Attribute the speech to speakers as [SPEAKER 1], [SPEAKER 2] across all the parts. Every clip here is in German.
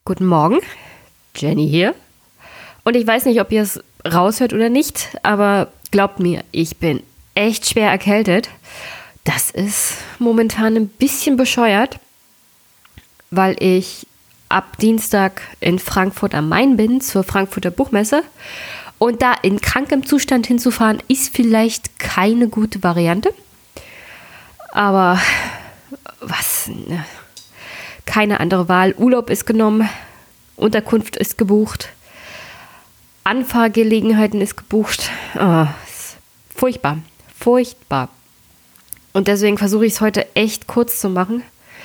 [SPEAKER 1] Guten Morgen, Jenny hier. Und ich weiß nicht, ob ihr es raushört oder nicht, aber glaubt mir, ich bin echt schwer erkältet. Das ist momentan ein bisschen bescheuert, weil ich ab Dienstag in Frankfurt am Main bin zur Frankfurter Buchmesse. Und da in krankem Zustand hinzufahren, ist vielleicht keine gute Variante. Aber was? Keine andere Wahl. Urlaub ist genommen, Unterkunft ist gebucht, Anfahrgelegenheiten ist gebucht. Ist furchtbar, furchtbar. Und deswegen versuche ich es heute echt kurz zu machen.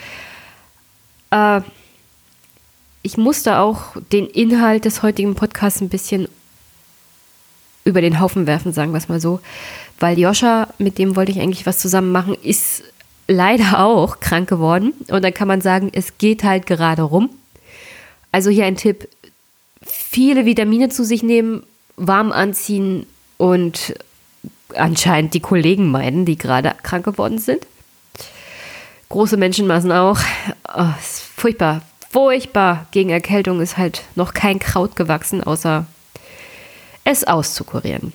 [SPEAKER 1] Ich musste auch den Inhalt des heutigen Podcasts ein bisschen über den Haufen werfen, sagen wir es mal so. Weil Joscha, mit dem wollte ich eigentlich was zusammen machen, ist leider auch krank geworden. Und dann kann man sagen, es geht halt gerade rum. Also hier ein Tipp: viele Vitamine zu sich nehmen, warm anziehen und anscheinend die Kollegen meiden, die gerade krank geworden sind. Große Menschenmassen auch. Ist furchtbar, furchtbar. Gegen Erkältung ist halt noch kein Kraut gewachsen, außer es auszukurieren.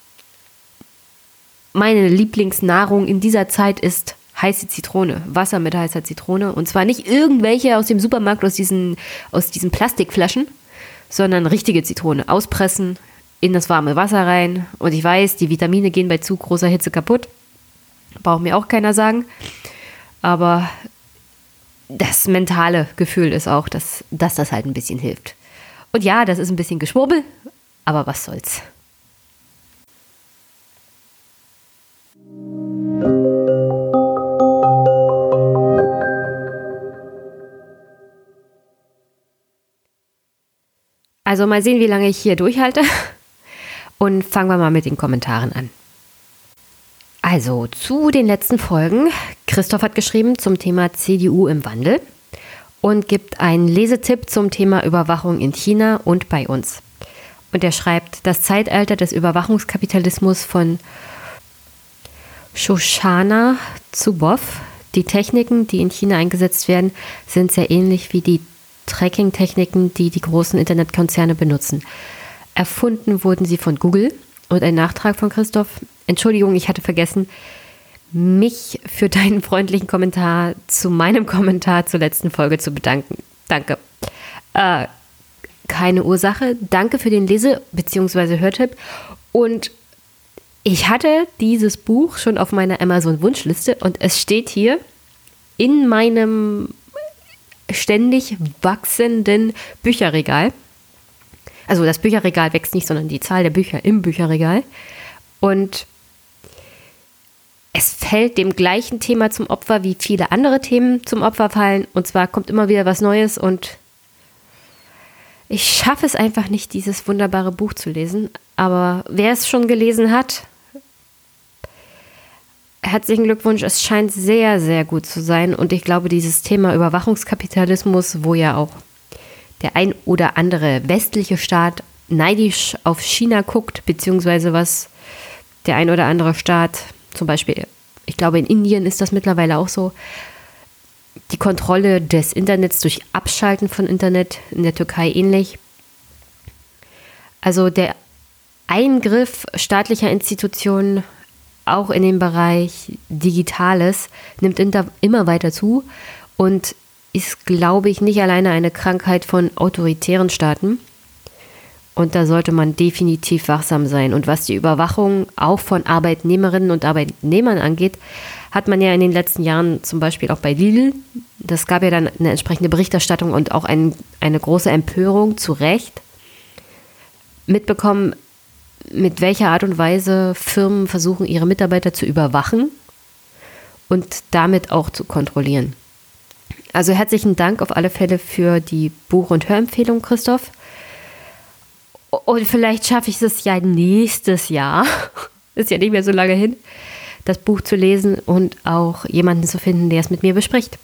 [SPEAKER 1] Meine Lieblingsnahrung in dieser Zeit ist heiße Zitrone, Wasser mit heißer Zitrone. Und zwar nicht irgendwelche aus dem Supermarkt, aus diesen Plastikflaschen, sondern richtige Zitrone. Auspressen, in das warme Wasser rein. Und ich weiß, die Vitamine gehen bei zu großer Hitze kaputt. Braucht mir auch keiner sagen. Aber das mentale Gefühl ist auch, dass das halt ein bisschen hilft. Und ja, das ist ein bisschen Geschwurbel, aber was soll's. Also mal sehen, wie lange ich hier durchhalte. Und fangen wir mal mit den Kommentaren an. Also zu den letzten Folgen. Christoph hat geschrieben zum Thema CDU im Wandel und gibt einen Lesetipp zum Thema Überwachung in China und bei uns. Und er schreibt: Das Zeitalter des Überwachungskapitalismus von Shoshana Zuboff. Die Techniken, die in China eingesetzt werden, sind sehr ähnlich wie die Tracking-Techniken, die die großen Internetkonzerne benutzen. Erfunden wurden sie von Google. Und ein Nachtrag von Christoph: Entschuldigung, ich hatte vergessen, mich für deinen freundlichen Kommentar zu meinem Kommentar zur letzten Folge zu bedanken. Danke. Keine Ursache. Danke für den Lese- bzw. Hörtipp. Und ich hatte dieses Buch schon auf meiner Amazon-Wunschliste und es steht hier in meinem ständig wachsenden Bücherregal. Also das Bücherregal wächst nicht, sondern die Zahl der Bücher im Bücherregal. Und es fällt dem gleichen Thema zum Opfer, wie viele andere Themen zum Opfer fallen. Und zwar kommt immer wieder was Neues und ich schaffe es einfach nicht, dieses wunderbare Buch zu lesen. Aber wer es schon gelesen hat, herzlichen Glückwunsch. Es scheint sehr, sehr gut zu sein. Und ich glaube, dieses Thema Überwachungskapitalismus, wo ja auch der ein oder andere westliche Staat neidisch auf China guckt, beziehungsweise was der ein oder andere Staat, zum Beispiel, ich glaube in Indien ist das mittlerweile auch so, die Kontrolle des Internets durch Abschalten von Internet, in der Türkei ähnlich. Also der Eingriff staatlicher Institutionen auch in den Bereich Digitales nimmt immer weiter zu und ist, glaube ich, nicht alleine eine Krankheit von autoritären Staaten. Und da sollte man definitiv wachsam sein. Und was die Überwachung auch von Arbeitnehmerinnen und Arbeitnehmern angeht, hat man ja in den letzten Jahren zum Beispiel auch bei Lidl, das gab ja dann eine entsprechende Berichterstattung und auch eine große Empörung, zu Recht, mitbekommen, mit welcher Art und Weise Firmen versuchen, ihre Mitarbeiter zu überwachen und damit auch zu kontrollieren. Also herzlichen Dank auf alle Fälle für die Buch- und Hörempfehlung, Christoph. Und vielleicht schaffe ich es ja nächstes Jahr, ist ja nicht mehr so lange hin, das Buch zu lesen und auch jemanden zu finden, der es mit mir bespricht.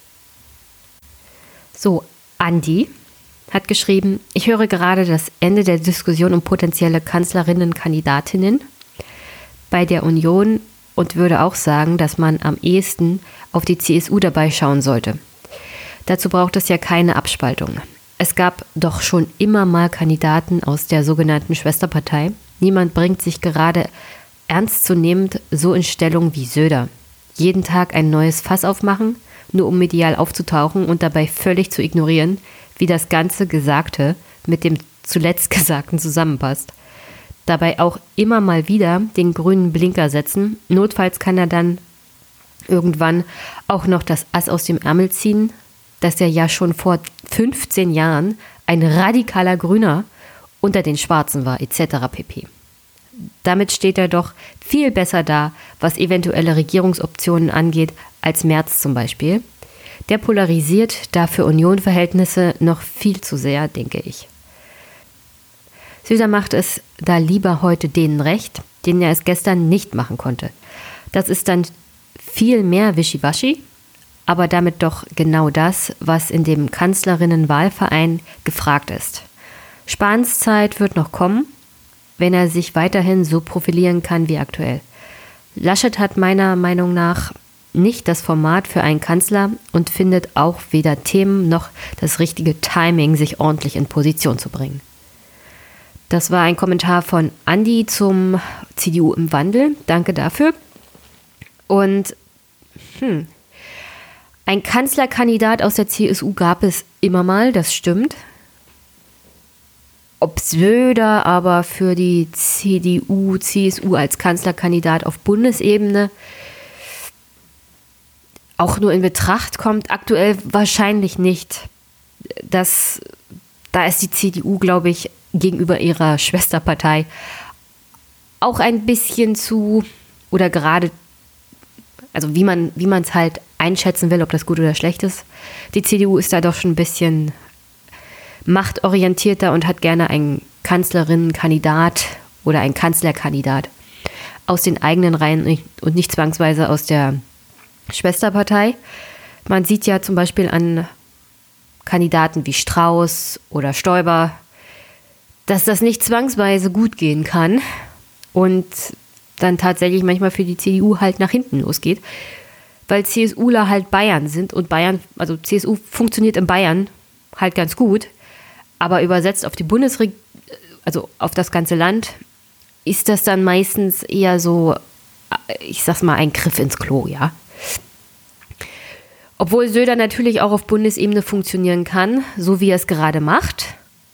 [SPEAKER 1] So, Andi hat geschrieben: Ich höre gerade das Ende der Diskussion um potenzielle Kanzlerinnenkandidatinnen bei der Union und würde auch sagen, dass man am ehesten auf die CSU dabei schauen sollte. Dazu braucht es ja keine Abspaltung. Es gab doch schon immer mal Kandidaten aus der sogenannten Schwesterpartei. Niemand bringt sich gerade ernstzunehmend so in Stellung wie Söder. Jeden Tag ein neues Fass aufmachen, nur um medial aufzutauchen und dabei völlig zu ignorieren, wie das ganze Gesagte mit dem zuletzt Gesagten zusammenpasst. Dabei auch immer mal wieder den grünen Blinker setzen. Notfalls kann er dann irgendwann auch noch das Ass aus dem Ärmel ziehen, dass er ja schon vor 15 Jahren ein radikaler Grüner unter den Schwarzen war, etc. pp. Damit steht er doch viel besser da, was eventuelle Regierungsoptionen angeht, als Merz zum Beispiel. Der polarisiert da für Union-Verhältnisse noch viel zu sehr, denke ich. Söder macht es da lieber heute denen recht, denen er es gestern nicht machen konnte. Das ist dann viel mehr Wischiwaschi, aber damit doch genau das, was in dem Kanzlerinnen-Wahlverein gefragt ist. Spahns Zeit wird noch kommen, wenn er sich weiterhin so profilieren kann wie aktuell. Laschet hat meiner Meinung nach nicht das Format für einen Kanzler und findet auch weder Themen noch das richtige Timing, sich ordentlich in Position zu bringen. Das war ein Kommentar von Andi zum CDU im Wandel. Danke dafür. Und ein Kanzlerkandidat aus der CSU gab es immer mal, das stimmt. Ob Söder aber für die CDU, CSU als Kanzlerkandidat auf Bundesebene auch nur in Betracht kommt, aktuell wahrscheinlich nicht. Da ist die CDU, glaube ich, gegenüber ihrer Schwesterpartei auch ein bisschen zu, oder gerade, also wie man es halt einschätzen will, ob das gut oder schlecht ist. Die CDU ist da doch schon ein bisschen machtorientierter und hat gerne einen Kanzlerinnenkandidat oder einen Kanzlerkandidat aus den eigenen Reihen und nicht zwangsweise aus der Schwesterpartei. Man sieht ja zum Beispiel an Kandidaten wie Strauß oder Stoiber, dass das nicht zwangsweise gut gehen kann und dann tatsächlich manchmal für die CDU halt nach hinten losgeht, weil CSUler halt Bayern sind und Bayern, also CSU funktioniert in Bayern halt ganz gut, aber übersetzt auf die Bundesregierung, also auf das ganze Land, ist das dann meistens eher so, ich sag's mal, ein Griff ins Klo, ja. Obwohl Söder natürlich auch auf Bundesebene funktionieren kann, so wie er es gerade macht,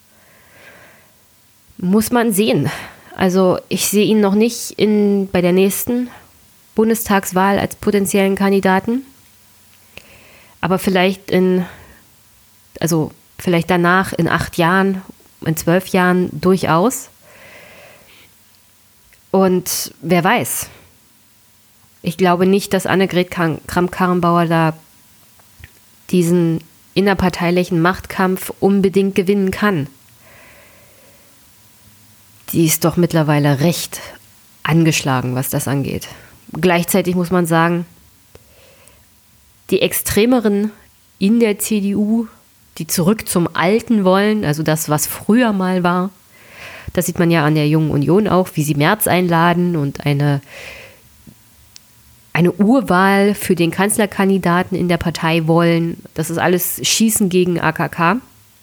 [SPEAKER 1] muss man sehen. Also ich sehe ihn noch nicht bei der nächsten Bundestagswahl als potenziellen Kandidaten, aber vielleicht danach in 8 Jahren, in 12 Jahren durchaus. Und wer weiß. Ich glaube nicht, dass Annegret Kramp-Karrenbauer da diesen innerparteilichen Machtkampf unbedingt gewinnen kann. Die ist doch mittlerweile recht angeschlagen, was das angeht. Gleichzeitig muss man sagen, die Extremeren in der CDU, die zurück zum Alten wollen, also das, was früher mal war, das sieht man ja an der Jungen Union auch, wie sie Merz einladen und eine Urwahl für den Kanzlerkandidaten in der Partei wollen. Das ist alles Schießen gegen AKK.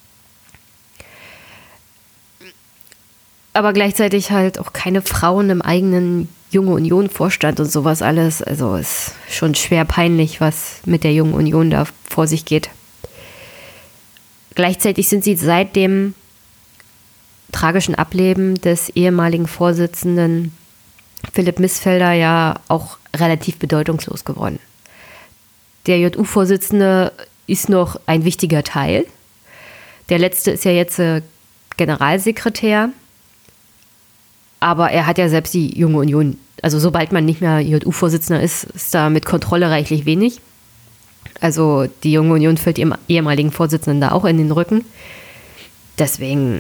[SPEAKER 1] Aber gleichzeitig halt auch keine Frauen im eigenen Junge Union-Vorstand und sowas alles. Also ist schon schwer peinlich, was mit der Jungen Union da vor sich geht. Gleichzeitig sind sie seit dem tragischen Ableben des ehemaligen Vorsitzenden Philipp Missfelder ja auch relativ bedeutungslos geworden. Der JU-Vorsitzende ist noch ein wichtiger Teil. Der letzte ist ja jetzt Generalsekretär. Aber er hat ja selbst die Junge Union, also sobald man nicht mehr JU-Vorsitzender ist da mit Kontrolle reichlich wenig. Also die Junge Union fällt ihrem ehemaligen Vorsitzenden da auch in den Rücken. Deswegen,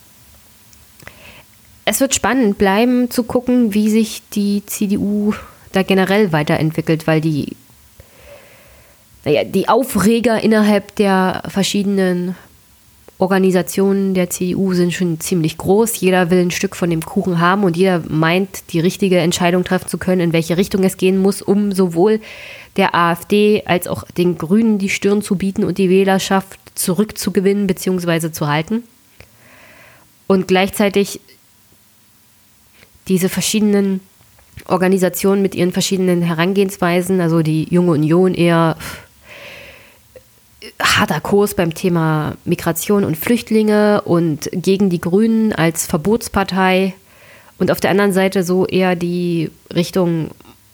[SPEAKER 1] es wird spannend bleiben zu gucken, wie sich die CDU da generell weiterentwickelt, weil die Aufreger innerhalb der verschiedenen Organisationen der CDU sind schon ziemlich groß. Jeder will ein Stück von dem Kuchen haben und jeder meint, die richtige Entscheidung treffen zu können, in welche Richtung es gehen muss, um sowohl der AfD als auch den Grünen die Stirn zu bieten und die Wählerschaft zurückzugewinnen bzw. zu halten. Und gleichzeitig diese verschiedenen Organisationen mit ihren verschiedenen Herangehensweisen, also die Junge Union eher harter Kurs beim Thema Migration und Flüchtlinge und gegen die Grünen als Verbotspartei und auf der anderen Seite so eher die Richtung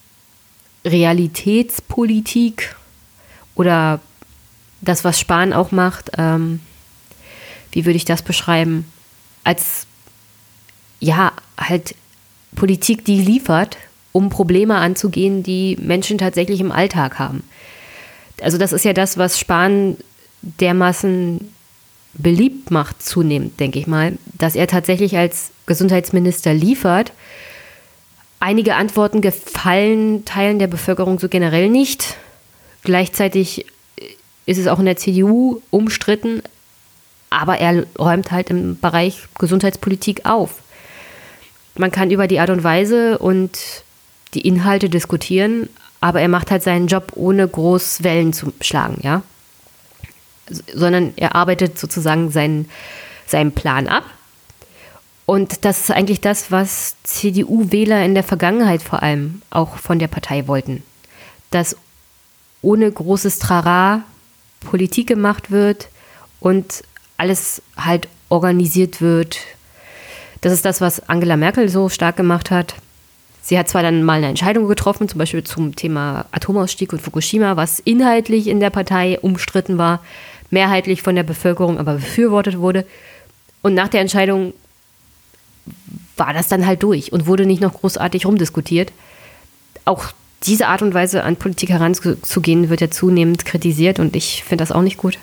[SPEAKER 1] Realitätspolitik oder das, was Spahn auch macht, wie würde ich das beschreiben, als ja halt Politik, die liefert, um Probleme anzugehen, die Menschen tatsächlich im Alltag haben. Also das ist ja das, was Spahn dermaßen beliebt macht zunehmend, denke ich mal, dass er tatsächlich als Gesundheitsminister liefert. Einige Antworten gefallen Teilen der Bevölkerung so generell nicht. Gleichzeitig ist es auch in der CDU umstritten, aber er räumt halt im Bereich Gesundheitspolitik auf. Man kann über die Art und Weise und die Inhalte diskutieren, aber er macht halt seinen Job, ohne groß Wellen zu schlagen, ja. Sondern er arbeitet sozusagen seinen Plan ab. Und das ist eigentlich das, was CDU-Wähler in der Vergangenheit vor allem auch von der Partei wollten. Dass ohne großes Trara Politik gemacht wird und alles halt organisiert wird. Das ist das, was Angela Merkel so stark gemacht hat. Sie hat zwar dann mal eine Entscheidung getroffen, zum Beispiel zum Thema Atomausstieg und Fukushima, was inhaltlich in der Partei umstritten war, mehrheitlich von der Bevölkerung aber befürwortet wurde. Und nach der Entscheidung war das dann halt durch und wurde nicht noch großartig rumdiskutiert. Auch diese Art und Weise an Politik heranzugehen, wird ja zunehmend kritisiert und ich finde das auch nicht gut.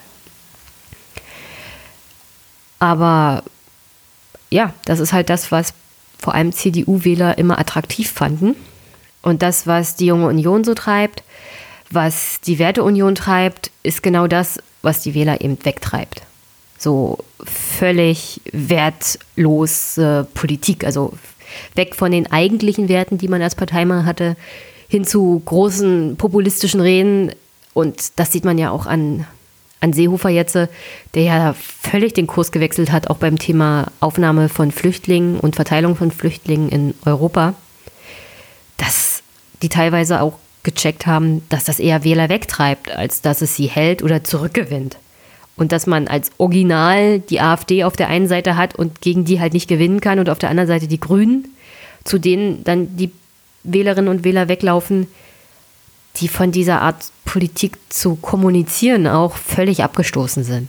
[SPEAKER 1] Aber ja, das ist halt das, was vor allem CDU-Wähler immer attraktiv fanden. Und das, was die Junge Union so treibt, was die Werteunion treibt, ist genau das, was die Wähler eben wegtreibt. So völlig wertlose Politik, also weg von den eigentlichen Werten, die man als Partei mal hatte, hin zu großen populistischen Reden. Und das sieht man ja auch an Seehofer jetzt, der ja völlig den Kurs gewechselt hat, auch beim Thema Aufnahme von Flüchtlingen und Verteilung von Flüchtlingen in Europa, dass die teilweise auch gecheckt haben, dass das eher Wähler wegtreibt, als dass es sie hält oder zurückgewinnt. Und dass man als Original die AfD auf der einen Seite hat und gegen die halt nicht gewinnen kann und auf der anderen Seite die Grünen, zu denen dann die Wählerinnen und Wähler weglaufen, die von dieser Art Politik zu kommunizieren auch völlig abgestoßen sind.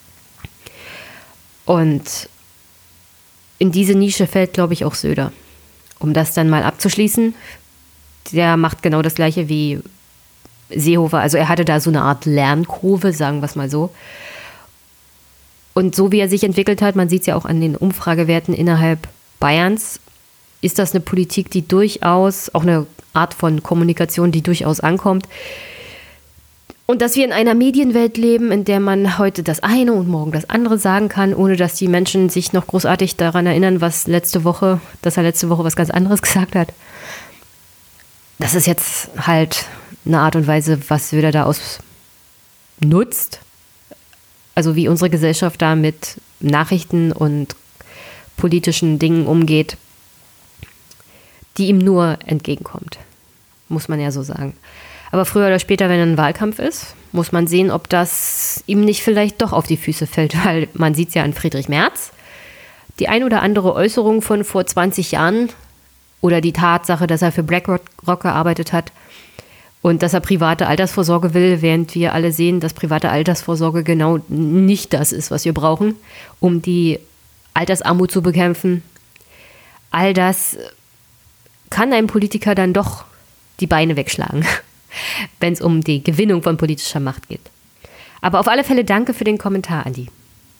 [SPEAKER 1] Und in diese Nische fällt, glaube ich, auch Söder. Um das dann mal abzuschließen, der macht genau das Gleiche wie Seehofer. Also er hatte da so eine Art Lernkurve, sagen wir es mal so. Und so wie er sich entwickelt hat, man sieht es ja auch an den Umfragewerten innerhalb Bayerns, ist das eine Politik, die durchaus, auch eine Art von Kommunikation, die durchaus ankommt. Und dass wir in einer Medienwelt leben, in der man heute das eine und morgen das andere sagen kann, ohne dass die Menschen sich noch großartig daran erinnern, dass er letzte Woche was ganz anderes gesagt hat. Das ist jetzt halt eine Art und Weise, was Söder da nutzt. Also wie unsere Gesellschaft da mit Nachrichten und politischen Dingen umgeht, die ihm nur entgegenkommt. Muss man ja so sagen. Aber früher oder später, wenn ein Wahlkampf ist, muss man sehen, ob das ihm nicht vielleicht doch auf die Füße fällt, weil man sieht es ja an Friedrich Merz. Die ein oder andere Äußerung von vor 20 Jahren oder die Tatsache, dass er für BlackRock gearbeitet hat und dass er private Altersvorsorge will, während wir alle sehen, dass private Altersvorsorge genau nicht das ist, was wir brauchen, um die Altersarmut zu bekämpfen. All das kann einem Politiker dann doch die Beine wegschlagen, wenn es um die Gewinnung von politischer Macht geht. Aber auf alle Fälle danke für den Kommentar, Andi.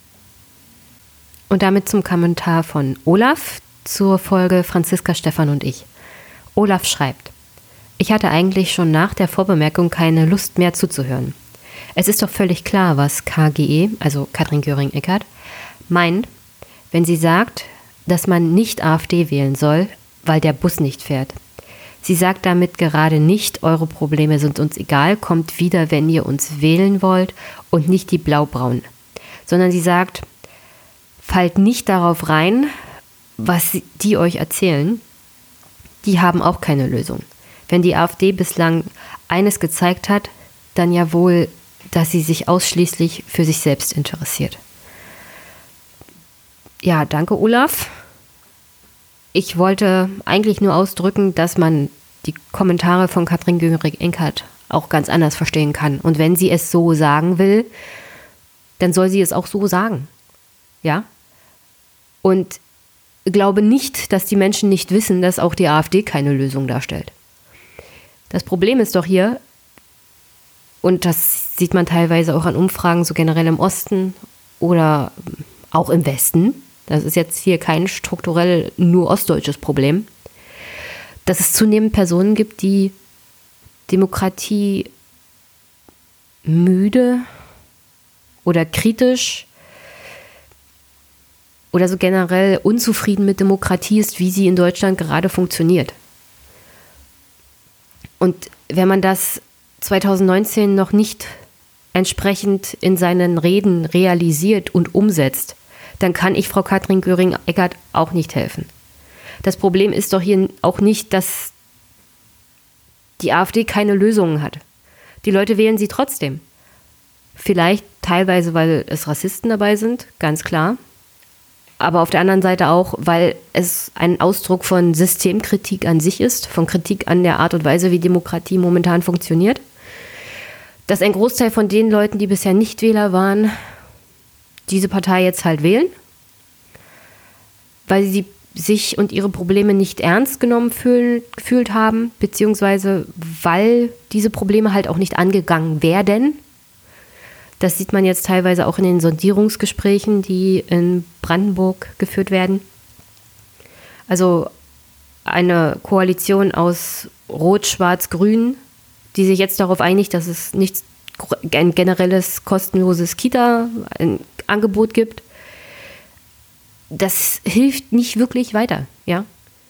[SPEAKER 1] Und damit zum Kommentar von Olaf zur Folge Franziska, Stefan und ich. Olaf schreibt: Ich hatte eigentlich schon nach der Vorbemerkung keine Lust mehr zuzuhören. Es ist doch völlig klar, was KGE, also Katrin Göring-Eckardt, meint, wenn sie sagt, dass man nicht AfD wählen soll, weil der Bus nicht fährt. Sie sagt damit gerade nicht, eure Probleme sind uns egal, kommt wieder, wenn ihr uns wählen wollt und nicht die Blaubraunen. Sondern sie sagt, fallt nicht darauf rein, was die euch erzählen, die haben auch keine Lösung. Wenn die AfD bislang eines gezeigt hat, dann ja wohl, dass sie sich ausschließlich für sich selbst interessiert. Ja, danke Olaf. Ich wollte eigentlich nur ausdrücken, dass man die Kommentare von Katrin Göring-Eckardt auch ganz anders verstehen kann. Und wenn sie es so sagen will, dann soll sie es auch so sagen. Ja? Und glaube nicht, dass die Menschen nicht wissen, dass auch die AfD keine Lösung darstellt. Das Problem ist doch hier, und das sieht man teilweise auch an Umfragen, so generell im Osten oder auch im Westen, das ist jetzt hier kein strukturell nur ostdeutsches Problem, dass es zunehmend Personen gibt, die Demokratie müde oder kritisch oder so generell unzufrieden mit Demokratie ist, wie sie in Deutschland gerade funktioniert. Und wenn man das 2019 noch nicht entsprechend in seinen Reden realisiert und umsetzt, dann kann ich Frau Katrin Göring-Eckardt auch nicht helfen. Das Problem ist doch hier auch nicht, dass die AfD keine Lösungen hat. Die Leute wählen sie trotzdem. Vielleicht teilweise, weil es Rassisten dabei sind, ganz klar. Aber auf der anderen Seite auch, weil es ein Ausdruck von Systemkritik an sich ist, von Kritik an der Art und Weise, wie Demokratie momentan funktioniert. Dass ein Großteil von den Leuten, die bisher Nichtwähler waren, diese Partei jetzt halt wählen, weil sie sich und ihre Probleme nicht ernst genommen gefühlt haben, beziehungsweise weil diese Probleme halt auch nicht angegangen werden. Das sieht man jetzt teilweise auch in den Sondierungsgesprächen, die in Brandenburg geführt werden. Also eine Koalition aus Rot, Schwarz, Grün, die sich jetzt darauf einigt, dass es nicht ein generelles kostenloses Kita-Angebot gibt. Das hilft nicht wirklich weiter, ja.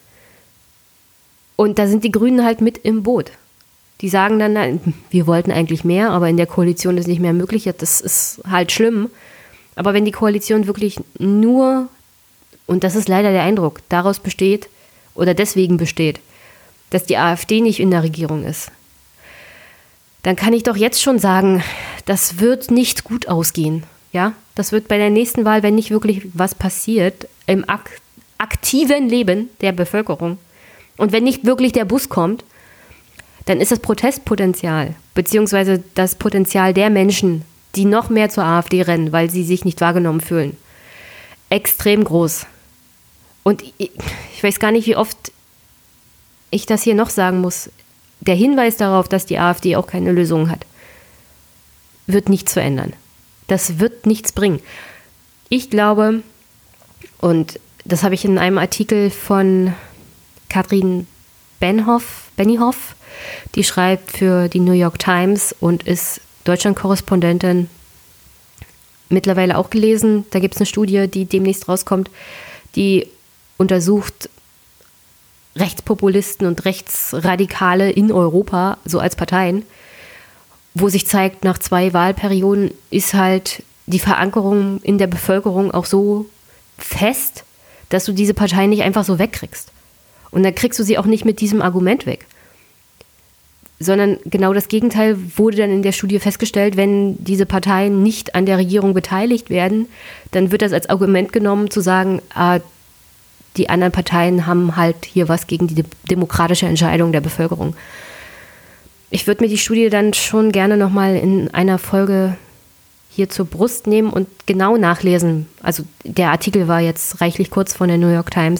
[SPEAKER 1] Und da sind die Grünen halt mit im Boot. Die sagen dann, nein, wir wollten eigentlich mehr, aber in der Koalition ist nicht mehr möglich. Das ist halt schlimm. Aber wenn die Koalition wirklich nur, und das ist leider der Eindruck, daraus besteht oder deswegen besteht, dass die AfD nicht in der Regierung ist, dann kann ich doch jetzt schon sagen, das wird nicht gut ausgehen. Ja? Das wird bei der nächsten Wahl, wenn nicht wirklich was passiert, im aktiven Leben der Bevölkerung und wenn nicht wirklich der Bus kommt, dann ist das Protestpotenzial, beziehungsweise das Potenzial der Menschen, die noch mehr zur AfD rennen, weil sie sich nicht wahrgenommen fühlen, extrem groß. Und ich weiß gar nicht, wie oft ich das hier noch sagen muss. Der Hinweis darauf, dass die AfD auch keine Lösung hat, wird nichts verändern. Das wird nichts bringen. Ich glaube, und das habe ich in einem Artikel von Katrin Benhoff, die schreibt für die New York Times und ist Deutschland-Korrespondentin, mittlerweile auch gelesen. Da gibt es eine Studie, die demnächst rauskommt, die untersucht Rechtspopulisten und Rechtsradikale in Europa, so als Parteien, wo sich zeigt, nach 2 Wahlperioden ist halt die Verankerung in der Bevölkerung auch so fest, dass du diese Partei nicht einfach so wegkriegst. Und dann kriegst du sie auch nicht mit diesem Argument weg. Sondern genau das Gegenteil wurde dann in der Studie festgestellt, wenn diese Parteien nicht an der Regierung beteiligt werden, dann wird das als Argument genommen, zu sagen, die anderen Parteien haben halt hier was gegen die demokratische Entscheidung der Bevölkerung. Ich würde mir die Studie dann schon gerne nochmal in einer Folge hier zur Brust nehmen und genau nachlesen. Also der Artikel war jetzt reichlich kurz von der New York Times.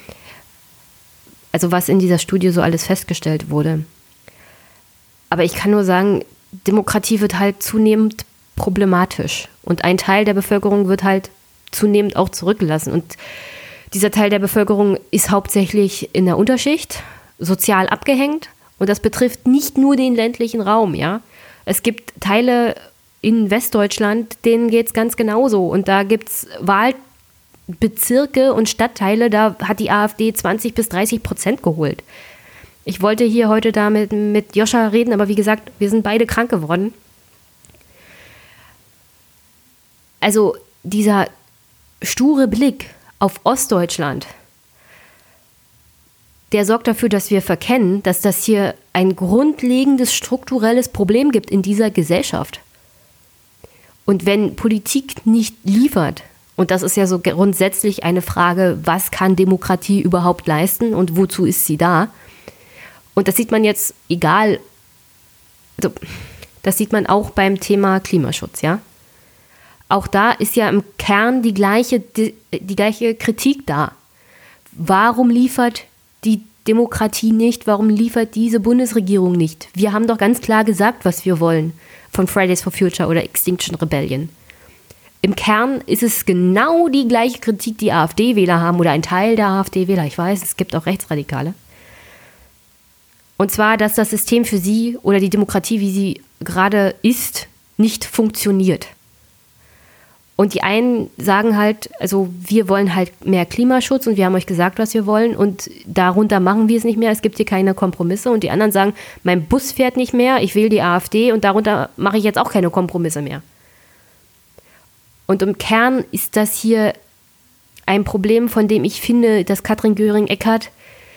[SPEAKER 1] Also was in dieser Studie so alles festgestellt wurde. Aber ich kann nur sagen, Demokratie wird halt zunehmend problematisch. Und ein Teil der Bevölkerung wird halt zunehmend auch zurückgelassen. Und dieser Teil der Bevölkerung ist hauptsächlich in der Unterschicht, sozial abgehängt. Und das betrifft nicht nur den ländlichen Raum, ja. Es gibt Teile in Westdeutschland, denen geht es ganz genauso. Und da gibt es Bezirke und Stadtteile, da hat die AfD 20-30% geholt. Ich wollte hier heute da mit Joscha reden, aber wie gesagt, wir sind beide krank geworden. Also dieser sture Blick auf Ostdeutschland, der sorgt dafür, dass wir verkennen, dass das hier ein grundlegendes strukturelles Problem gibt in dieser Gesellschaft. Und wenn Politik nicht liefert, und das ist ja so grundsätzlich eine Frage, was kann Demokratie überhaupt leisten und wozu ist sie da? Und das sieht man jetzt, also das sieht man auch beim Thema Klimaschutz, ja. Auch da ist ja im Kern die gleiche Kritik da. Warum liefert die Demokratie nicht? Warum liefert diese Bundesregierung nicht? Wir haben doch ganz klar gesagt, was wir wollen von Fridays for Future oder Extinction Rebellion. Im Kern ist es genau die gleiche Kritik, die AfD-Wähler haben oder ein Teil der AfD-Wähler. Ich weiß, es gibt auch Rechtsradikale. Und zwar, dass das System für sie oder die Demokratie, wie sie gerade ist, nicht funktioniert. Und die einen sagen halt, also wir wollen halt mehr Klimaschutz und wir haben euch gesagt, was wir wollen und darunter machen wir es nicht mehr, es gibt hier keine Kompromisse. Und die anderen sagen, mein Bus fährt nicht mehr, ich wähle die AfD und darunter mache ich jetzt auch keine Kompromisse mehr. Und im Kern ist das hier ein Problem, von dem ich finde, dass Katrin Göring-Eckardt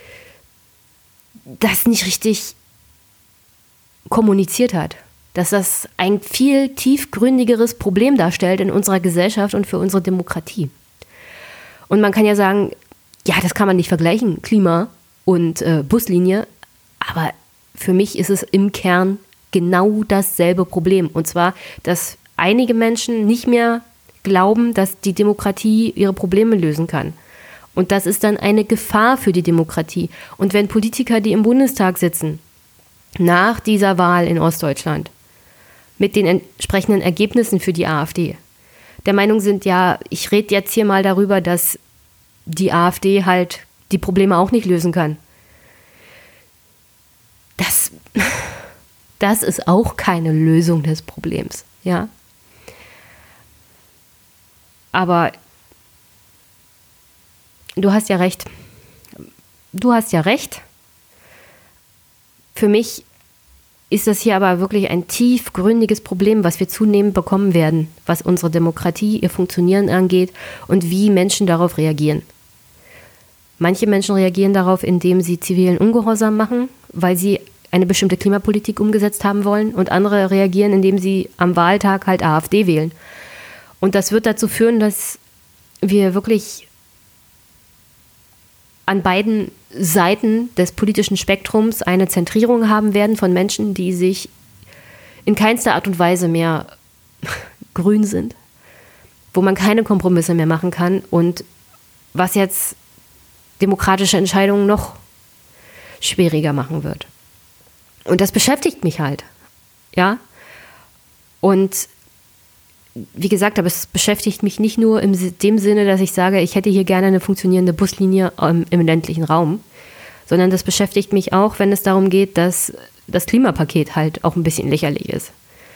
[SPEAKER 1] das nicht richtig kommuniziert hat. Dass das ein viel tiefgründigeres Problem darstellt in unserer Gesellschaft und für unsere Demokratie. Und man kann ja sagen, ja, das kann man nicht vergleichen, Klima und Buslinie, aber für mich ist es im Kern genau dasselbe Problem. Und zwar, dass einige Menschen nicht mehr glauben, dass die Demokratie ihre Probleme lösen kann. Und das ist dann eine Gefahr für die Demokratie. Und wenn Politiker, die im Bundestag sitzen, nach dieser Wahl in Ostdeutschland, mit den entsprechenden Ergebnissen für die AfD, der Meinung sind, ja, ich rede jetzt hier mal darüber, dass die AfD halt die Probleme auch nicht lösen kann. Das ist auch keine Lösung des Problems, ja. Aber du hast ja recht. Für mich ist das hier aber wirklich ein tiefgründiges Problem, was wir zunehmend bekommen werden, was unsere Demokratie, ihr Funktionieren angeht und wie Menschen darauf reagieren. Manche Menschen reagieren darauf, indem sie zivilen Ungehorsam machen, weil sie eine bestimmte Klimapolitik umgesetzt haben wollen, und andere reagieren, indem sie am Wahltag halt AfD wählen. Und das wird dazu führen, dass wir wirklich an beiden Seiten des politischen Spektrums eine Zentrierung haben werden von Menschen, die sich in keinster Art und Weise mehr grün sind, wo man keine Kompromisse mehr machen kann und was jetzt demokratische Entscheidungen noch schwieriger machen wird. Und das beschäftigt mich halt, ja. Und wie gesagt, aber es beschäftigt mich nicht nur in dem Sinne, dass ich sage, ich hätte hier gerne eine funktionierende Buslinie im ländlichen Raum, sondern das beschäftigt mich auch, wenn es darum geht, dass das Klimapaket halt auch ein bisschen lächerlich ist.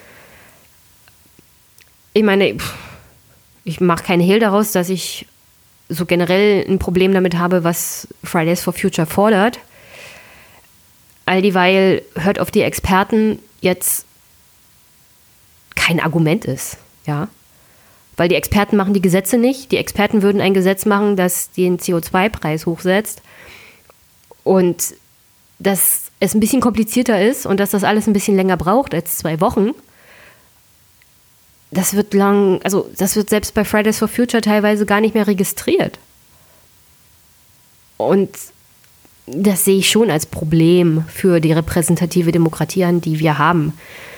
[SPEAKER 1] Ich meine, ich mache keinen Hehl daraus, dass ich so generell ein Problem damit habe, was Fridays for Future fordert. All dieweil hört auf die Experten jetzt kein Argument ist. Ja, weil die Experten machen die Gesetze nicht. Die Experten würden ein Gesetz machen, das den CO2-Preis hochsetzt und dass es ein bisschen komplizierter ist und dass das alles ein bisschen länger braucht als 2 Wochen. Das wird selbst bei Fridays for Future teilweise gar nicht mehr registriert. Und das sehe ich schon als Problem für die repräsentative Demokratie an, die wir haben.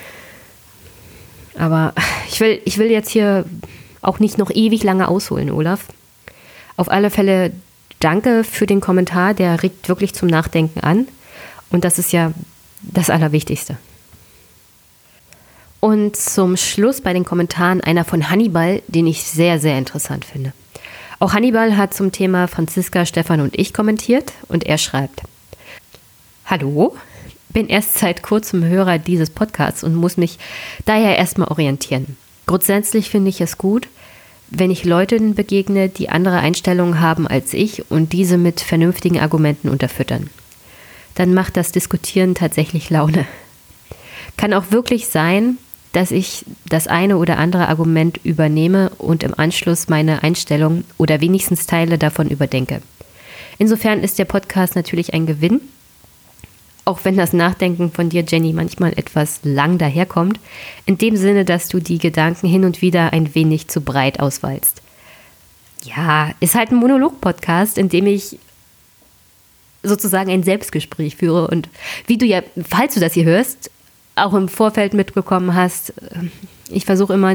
[SPEAKER 1] Aber ich will jetzt hier auch nicht noch ewig lange ausholen, Olaf. Auf alle Fälle danke für den Kommentar, der regt wirklich zum Nachdenken an. Und das ist ja das Allerwichtigste. Und zum Schluss bei den Kommentaren einer von Hannibal, den ich sehr, sehr interessant finde. Auch Hannibal hat zum Thema Franziska, Stefan und ich kommentiert und er schreibt: Hallo? Bin erst seit kurzem Hörer dieses Podcasts und muss mich daher erstmal orientieren. Grundsätzlich finde ich es gut, wenn ich Leuten begegne, die andere Einstellungen haben als ich und diese mit vernünftigen Argumenten unterfüttern. Dann macht das Diskutieren tatsächlich Laune. Kann auch wirklich sein, dass ich das eine oder andere Argument übernehme und im Anschluss meine Einstellung oder wenigstens Teile davon überdenke. Insofern ist der Podcast natürlich ein Gewinn, auch wenn das Nachdenken von dir, Jenny, manchmal etwas lang daherkommt, in dem Sinne, dass du die Gedanken hin und wieder ein wenig zu breit auswalzt. Ja, ist halt ein Monolog-Podcast, in dem ich sozusagen ein Selbstgespräch führe und wie du ja, falls du das hier hörst, auch im Vorfeld mitbekommen hast, ich versuche immer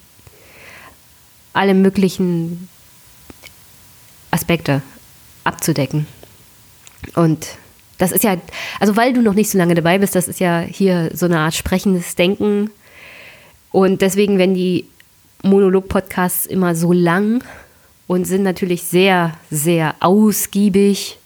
[SPEAKER 1] alle möglichen Aspekte abzudecken. Und das ist ja, also weil du noch nicht so lange dabei bist, das ist ja hier so eine Art sprechendes Denken. Und deswegen werden die Monolog-Podcasts immer so lang und sind natürlich sehr, sehr ausgiebig.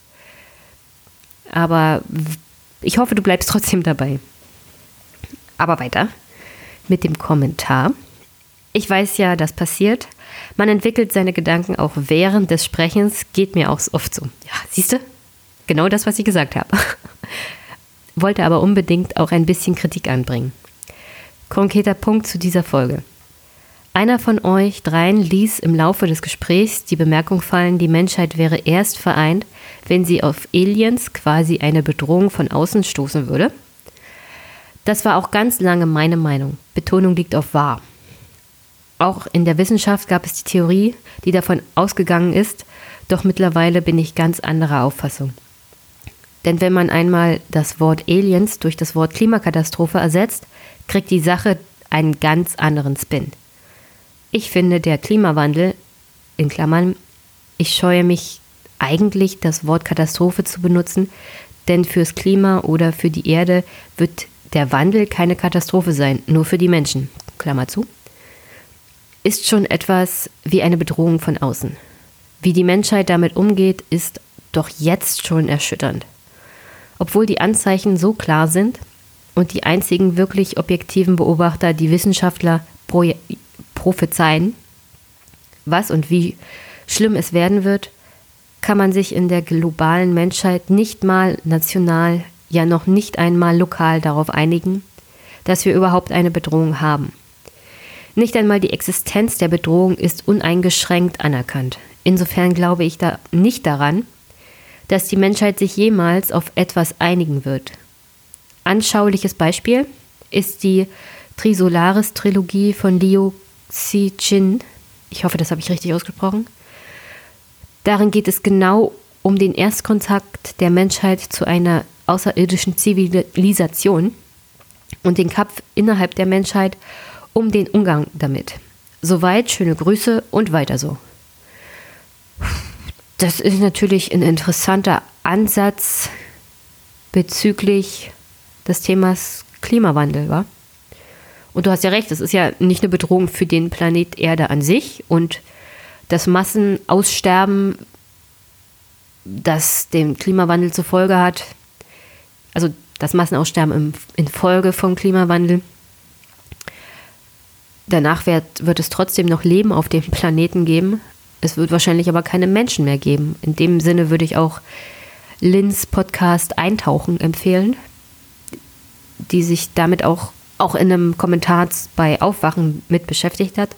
[SPEAKER 1] Aber ich hoffe, du bleibst trotzdem dabei. Aber weiter mit dem Kommentar. Ich weiß ja, das passiert. Man entwickelt seine Gedanken auch während des Sprechens. Geht mir auch oft so. Ja, siehst du? Genau das, was ich gesagt habe. Wollte aber unbedingt auch ein bisschen Kritik anbringen. Konkreter Punkt zu dieser Folge. Einer von euch dreien ließ im Laufe des Gesprächs die Bemerkung fallen, die Menschheit wäre erst vereint, wenn sie auf Aliens quasi eine Bedrohung von außen stoßen würde. Das war auch ganz lange meine Meinung. Betonung liegt auf wahr. Auch in der Wissenschaft gab es die Theorie, die davon ausgegangen ist, doch mittlerweile bin ich ganz anderer Auffassung. Denn wenn man einmal das Wort Aliens durch das Wort Klimakatastrophe ersetzt, kriegt die Sache einen ganz anderen Spin. Ich finde, der Klimawandel, in Klammern, ich scheue mich eigentlich, das Wort Katastrophe zu benutzen, denn fürs Klima oder für die Erde wird der Wandel keine Katastrophe sein, nur für die Menschen, Klammer zu, ist schon etwas wie eine Bedrohung von außen. Wie die Menschheit damit umgeht, ist doch jetzt schon erschütternd. Obwohl die Anzeichen so klar sind und die einzigen wirklich objektiven Beobachter, die Wissenschaftler prophezeien, was und wie schlimm es werden wird, kann man sich in der globalen Menschheit nicht mal national, ja noch nicht einmal lokal darauf einigen, dass wir überhaupt eine Bedrohung haben. Nicht einmal die Existenz der Bedrohung ist uneingeschränkt anerkannt. Insofern glaube ich da nicht daran, dass die Menschheit sich jemals auf etwas einigen wird. Anschauliches Beispiel ist die Trisolaris-Trilogie von Liu Cixin. Ich hoffe, das habe ich richtig ausgesprochen. Darin geht es genau um den Erstkontakt der Menschheit zu einer außerirdischen Zivilisation und den Kampf innerhalb der Menschheit um den Umgang damit. Soweit, schöne Grüße und weiter so. Das ist natürlich ein interessanter Ansatz bezüglich des Themas Klimawandel, wa? Und du hast ja recht, es ist ja nicht eine Bedrohung für den Planet Erde an sich und das Massenaussterben, das dem Klimawandel zur Folge hat, also das Massenaussterben in Folge vom Klimawandel. Danach wird es trotzdem noch Leben auf dem Planeten geben. Es wird wahrscheinlich aber keine Menschen mehr geben. In dem Sinne würde ich auch Lins Podcast Eintauchen empfehlen, die sich damit auch in einem Kommentar bei Aufwachen mit beschäftigt hat.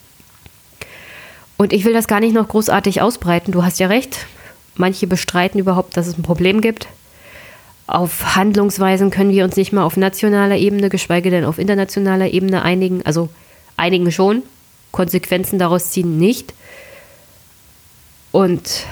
[SPEAKER 1] Und ich will das gar nicht noch großartig ausbreiten. Du hast ja recht. Manche bestreiten überhaupt, dass es ein Problem gibt. Auf Handlungsweisen können wir uns nicht mal auf nationaler Ebene, geschweige denn auf internationaler Ebene einigen. Also einigen schon, Konsequenzen daraus ziehen nicht. Und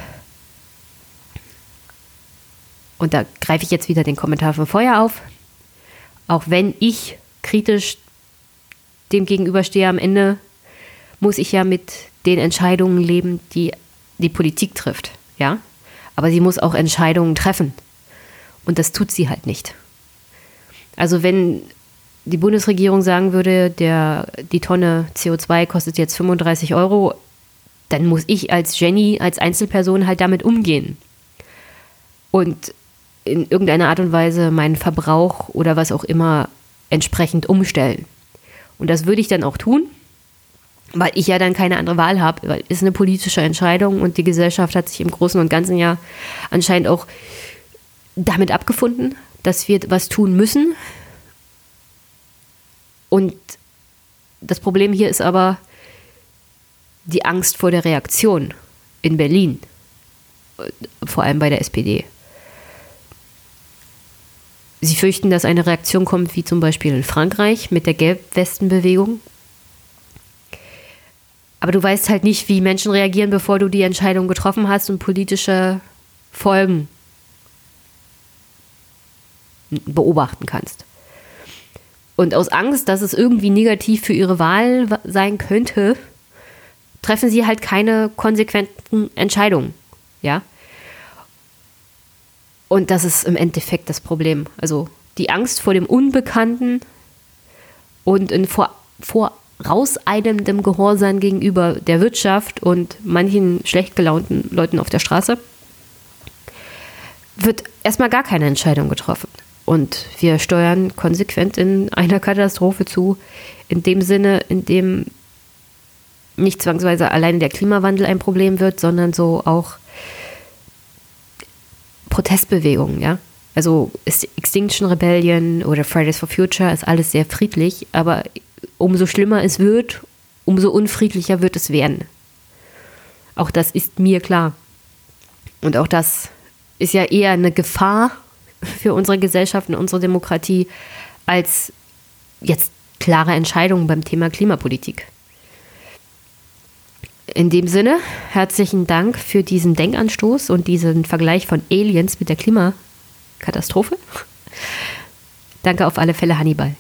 [SPEAKER 1] da greife ich jetzt wieder den Kommentar von vorher auf. Auch wenn ich kritisch dem gegenüberstehe, am Ende muss ich ja mit den Entscheidungen leben, die die Politik trifft. Ja? Aber sie muss auch Entscheidungen treffen. Und das tut sie halt nicht. Also wenn die Bundesregierung sagen würde, die Tonne CO2 kostet jetzt 35 €, dann muss ich als Jenny, als Einzelperson halt damit umgehen. Und in irgendeiner Art und Weise meinen Verbrauch oder was auch immer entsprechend umstellen. Und das würde ich dann auch tun. weil ich ja dann keine andere Wahl habe, weil es ist eine politische Entscheidung und die Gesellschaft hat sich im Großen und Ganzen ja anscheinend auch damit abgefunden, dass wir was tun müssen. Und das Problem hier ist aber die Angst vor der Reaktion in Berlin, vor allem bei der SPD. Sie fürchten, dass eine Reaktion kommt, wie zum Beispiel in Frankreich mit der Gelbwestenbewegung. Aber du weißt halt nicht, wie Menschen reagieren, bevor du die Entscheidung getroffen hast und politische Folgen beobachten kannst. Und aus Angst, dass es irgendwie negativ für ihre Wahl sein könnte, treffen sie halt keine konsequenten Entscheidungen. Ja? Und das ist im Endeffekt das Problem. Also die Angst vor dem Unbekannten und in vorauseilendem Gehorsam gegenüber der Wirtschaft und manchen schlecht gelaunten Leuten auf der Straße wird erstmal gar keine Entscheidung getroffen. Und wir steuern konsequent in einer Katastrophe zu, in dem Sinne, in dem nicht zwangsweise alleine der Klimawandel ein Problem wird, sondern so auch Protestbewegungen, ja. Also Extinction Rebellion oder Fridays for Future ist alles sehr friedlich, aber umso schlimmer es wird, umso unfriedlicher wird es werden. Auch das ist mir klar. Und auch das ist ja eher eine Gefahr für unsere Gesellschaft und unsere Demokratie als jetzt klare Entscheidungen beim Thema Klimapolitik. In dem Sinne, herzlichen Dank für diesen Denkanstoß und diesen Vergleich von Aliens mit der Klimakatastrophe. Danke auf alle Fälle, Hannibal.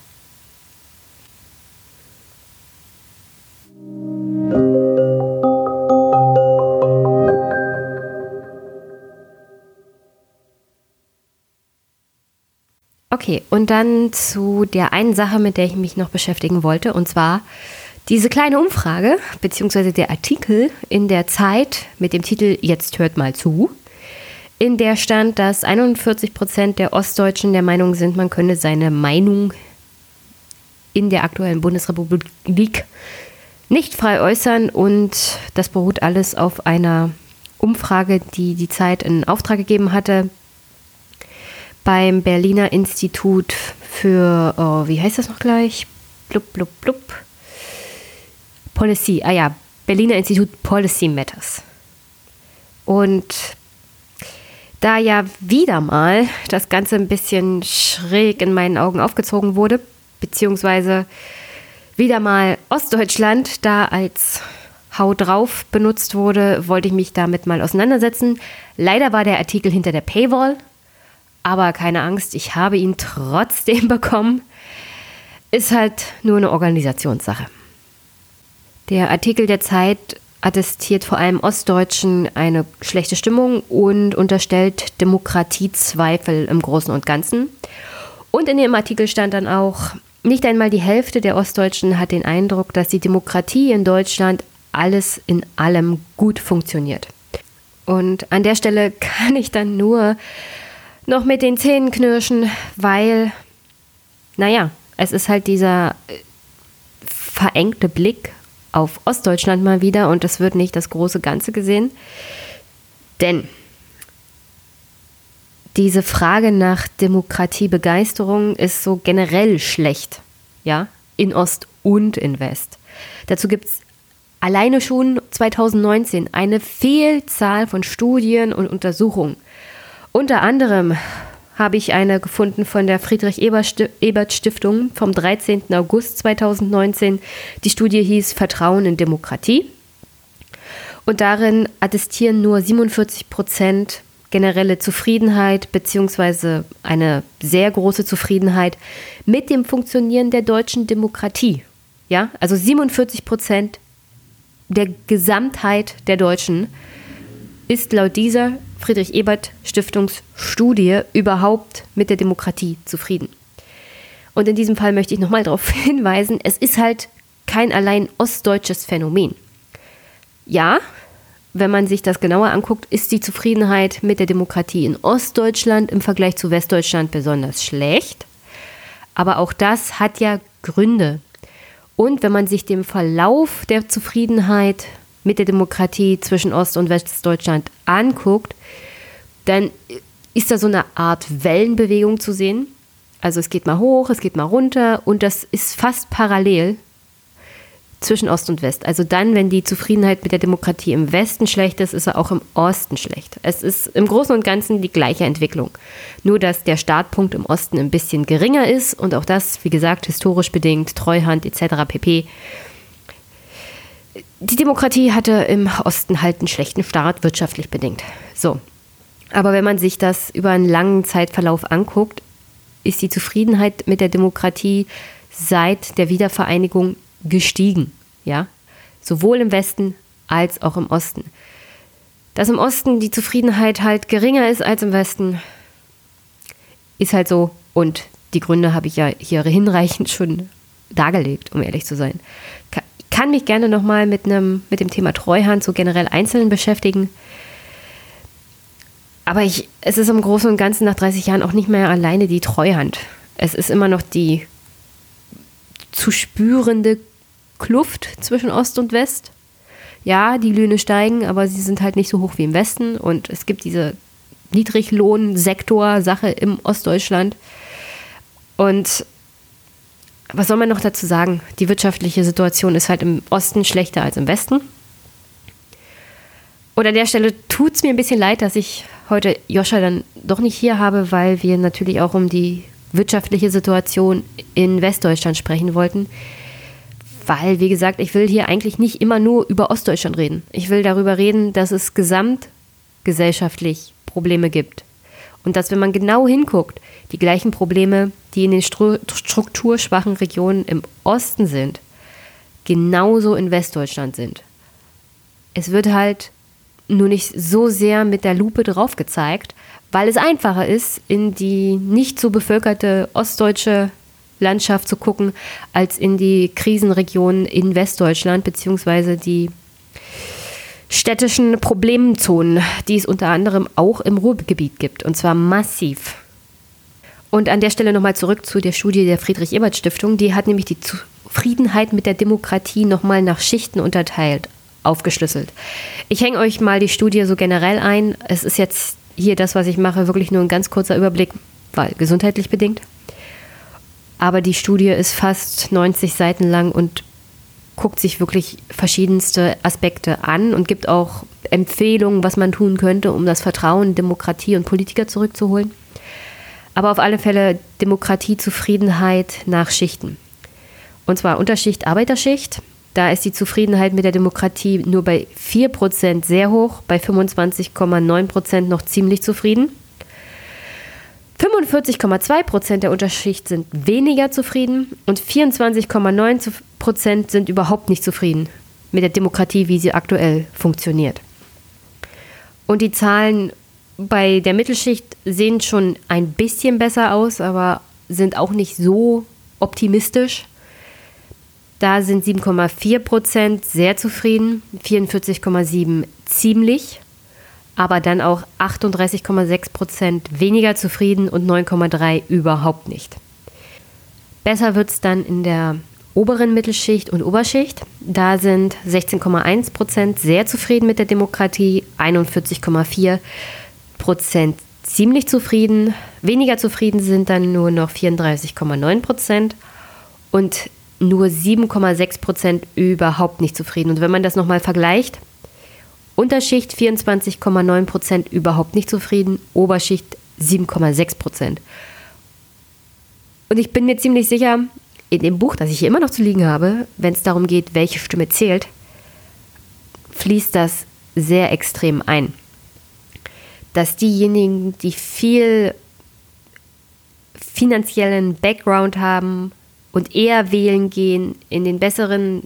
[SPEAKER 1] Okay, und dann zu der einen Sache, mit der ich mich noch beschäftigen wollte, und zwar diese kleine Umfrage, beziehungsweise der Artikel in der Zeit mit dem Titel Jetzt hört mal zu, in der stand, dass 41% der Ostdeutschen der Meinung sind, man könne seine Meinung in der aktuellen Bundesrepublik nicht frei äußern, und das beruht alles auf einer Umfrage, die die Zeit in Auftrag gegeben hatte beim Berliner Institut für, wie heißt das noch gleich? Policy, Berliner Institut Policy Matters. Und da ja wieder mal das Ganze ein bisschen schräg in meinen Augen aufgezogen wurde, beziehungsweise wieder mal Ostdeutschland da als Hau drauf benutzt wurde, wollte ich mich damit mal auseinandersetzen. Leider war der Artikel hinter der Paywall, aber keine Angst, ich habe ihn trotzdem bekommen. Ist halt nur eine Organisationssache. Der Artikel der Zeit attestiert vor allem Ostdeutschen eine schlechte Stimmung und unterstellt Demokratiezweifel im Großen und Ganzen. Und in dem Artikel stand dann auch, nicht einmal die Hälfte der Ostdeutschen hat den Eindruck, dass die Demokratie in Deutschland alles in allem gut funktioniert. Und an der Stelle kann ich dann nur noch mit den Zähnen knirschen, weil, es ist halt dieser verengte Blick auf Ostdeutschland mal wieder, und es wird nicht das große Ganze gesehen. Denn diese Frage nach Demokratiebegeisterung ist so generell schlecht, ja, in Ost und in West. Dazu gibt es alleine schon 2019 eine Vielzahl von Studien und Untersuchungen. Unter anderem habe ich eine gefunden von der Friedrich-Ebert-Stiftung vom 13. August 2019. Die Studie hieß Vertrauen in Demokratie. Und darin attestieren nur 47% generelle Zufriedenheit bzw. eine sehr große Zufriedenheit mit dem Funktionieren der deutschen Demokratie. Ja, also 47% der Gesamtheit der Deutschen ist laut dieser Friedrich-Ebert-Stiftungsstudie überhaupt mit der Demokratie zufrieden. Und in diesem Fall möchte ich nochmal darauf hinweisen, es ist halt kein allein ostdeutsches Phänomen. Ja, wenn man sich das genauer anguckt, ist die Zufriedenheit mit der Demokratie in Ostdeutschland im Vergleich zu Westdeutschland besonders schlecht. Aber auch das hat ja Gründe. Und wenn man sich den Verlauf der Zufriedenheit mit der Demokratie zwischen Ost- und Westdeutschland anguckt, dann ist da so eine Art Wellenbewegung zu sehen. Also es geht mal hoch, es geht mal runter und das ist fast parallel zwischen Ost und West. Also dann, wenn die Zufriedenheit mit der Demokratie im Westen schlecht ist, ist er auch im Osten schlecht. Es ist im Großen und Ganzen die gleiche Entwicklung. Nur, dass der Startpunkt im Osten ein bisschen geringer ist und auch das, wie gesagt, historisch bedingt, Treuhand etc. pp. Die Demokratie hatte im Osten halt einen schlechten Start, wirtschaftlich bedingt. So. Aber wenn man sich das über einen langen Zeitverlauf anguckt, ist die Zufriedenheit mit der Demokratie seit der Wiedervereinigung gestiegen, ja, sowohl im Westen als auch im Osten. Dass im Osten die Zufriedenheit halt geringer ist als im Westen, ist halt so und die Gründe habe ich ja hier hinreichend schon dargelegt, um ehrlich zu sein. Kann mich gerne nochmal mit dem Thema Treuhand so generell einzeln beschäftigen, aber es ist im Großen und Ganzen nach 30 Jahren auch nicht mehr alleine die Treuhand. Es ist immer noch die zu spürende Kluft zwischen Ost und West. Ja, die Löhne steigen, aber sie sind halt nicht so hoch wie im Westen und es gibt diese Niedriglohnsektor-Sache im Ostdeutschland. Und was soll man noch dazu sagen? Die wirtschaftliche Situation ist halt im Osten schlechter als im Westen. Und an der Stelle tut es mir ein bisschen leid, dass ich heute Joscha dann doch nicht hier habe, weil wir natürlich auch um die wirtschaftliche Situation in Westdeutschland sprechen wollten. Weil, wie gesagt, ich will hier eigentlich nicht immer nur über Ostdeutschland reden. Ich will darüber reden, dass es gesamtgesellschaftlich Probleme gibt. Und dass, wenn man genau hinguckt, die gleichen Probleme, die in den strukturschwachen Regionen im Osten sind, genauso in Westdeutschland sind. Es wird halt nur nicht so sehr mit der Lupe drauf gezeigt, weil es einfacher ist, in die nicht so bevölkerte ostdeutsche Landschaft zu gucken, als in die Krisenregionen in Westdeutschland, beziehungsweise die städtischen Problemzonen, die es unter anderem auch im Ruhrgebiet gibt, und zwar massiv. Und an der Stelle nochmal zurück zu der Studie der Friedrich-Ebert-Stiftung, die hat nämlich die Zufriedenheit mit der Demokratie nochmal nach Schichten unterteilt, aufgeschlüsselt. Ich hänge euch mal die Studie so generell ein. Es ist jetzt hier das, was ich mache, wirklich nur ein ganz kurzer Überblick, weil gesundheitlich bedingt. Aber die Studie ist fast 90 Seiten lang und guckt sich wirklich verschiedenste Aspekte an und gibt auch Empfehlungen, was man tun könnte, um das Vertrauen in Demokratie und Politiker zurückzuholen. Aber auf alle Fälle Demokratiezufriedenheit nach Schichten. Und zwar Unterschicht, Arbeiterschicht. Da ist die Zufriedenheit mit der Demokratie nur bei 4% sehr hoch, bei 25,9% noch ziemlich zufrieden. 45,2% der Unterschicht sind weniger zufrieden und 24,9% sind überhaupt nicht zufrieden mit der Demokratie, wie sie aktuell funktioniert. Und die Zahlen bei der Mittelschicht sehen schon ein bisschen besser aus, aber sind auch nicht so optimistisch. Da sind 7,4% sehr zufrieden, 44,7% ziemlich, aber dann auch 38,6% weniger zufrieden und 9,3% überhaupt nicht. Besser wird es dann in der oberen Mittelschicht und Oberschicht. Da sind 16,1% sehr zufrieden mit der Demokratie, 41,4% ziemlich zufrieden. Weniger zufrieden sind dann nur noch 34,9% und nur 7,6% überhaupt nicht zufrieden. Und wenn man das nochmal vergleicht, Unterschicht 24,9% überhaupt nicht zufrieden, Oberschicht 7,6%. Und ich bin mir ziemlich sicher, in dem Buch, das ich hier immer noch zu liegen habe, wenn es darum geht, welche Stimme zählt, fließt das sehr extrem ein. Dass diejenigen, die viel finanziellen Background haben und eher wählen gehen, in den besseren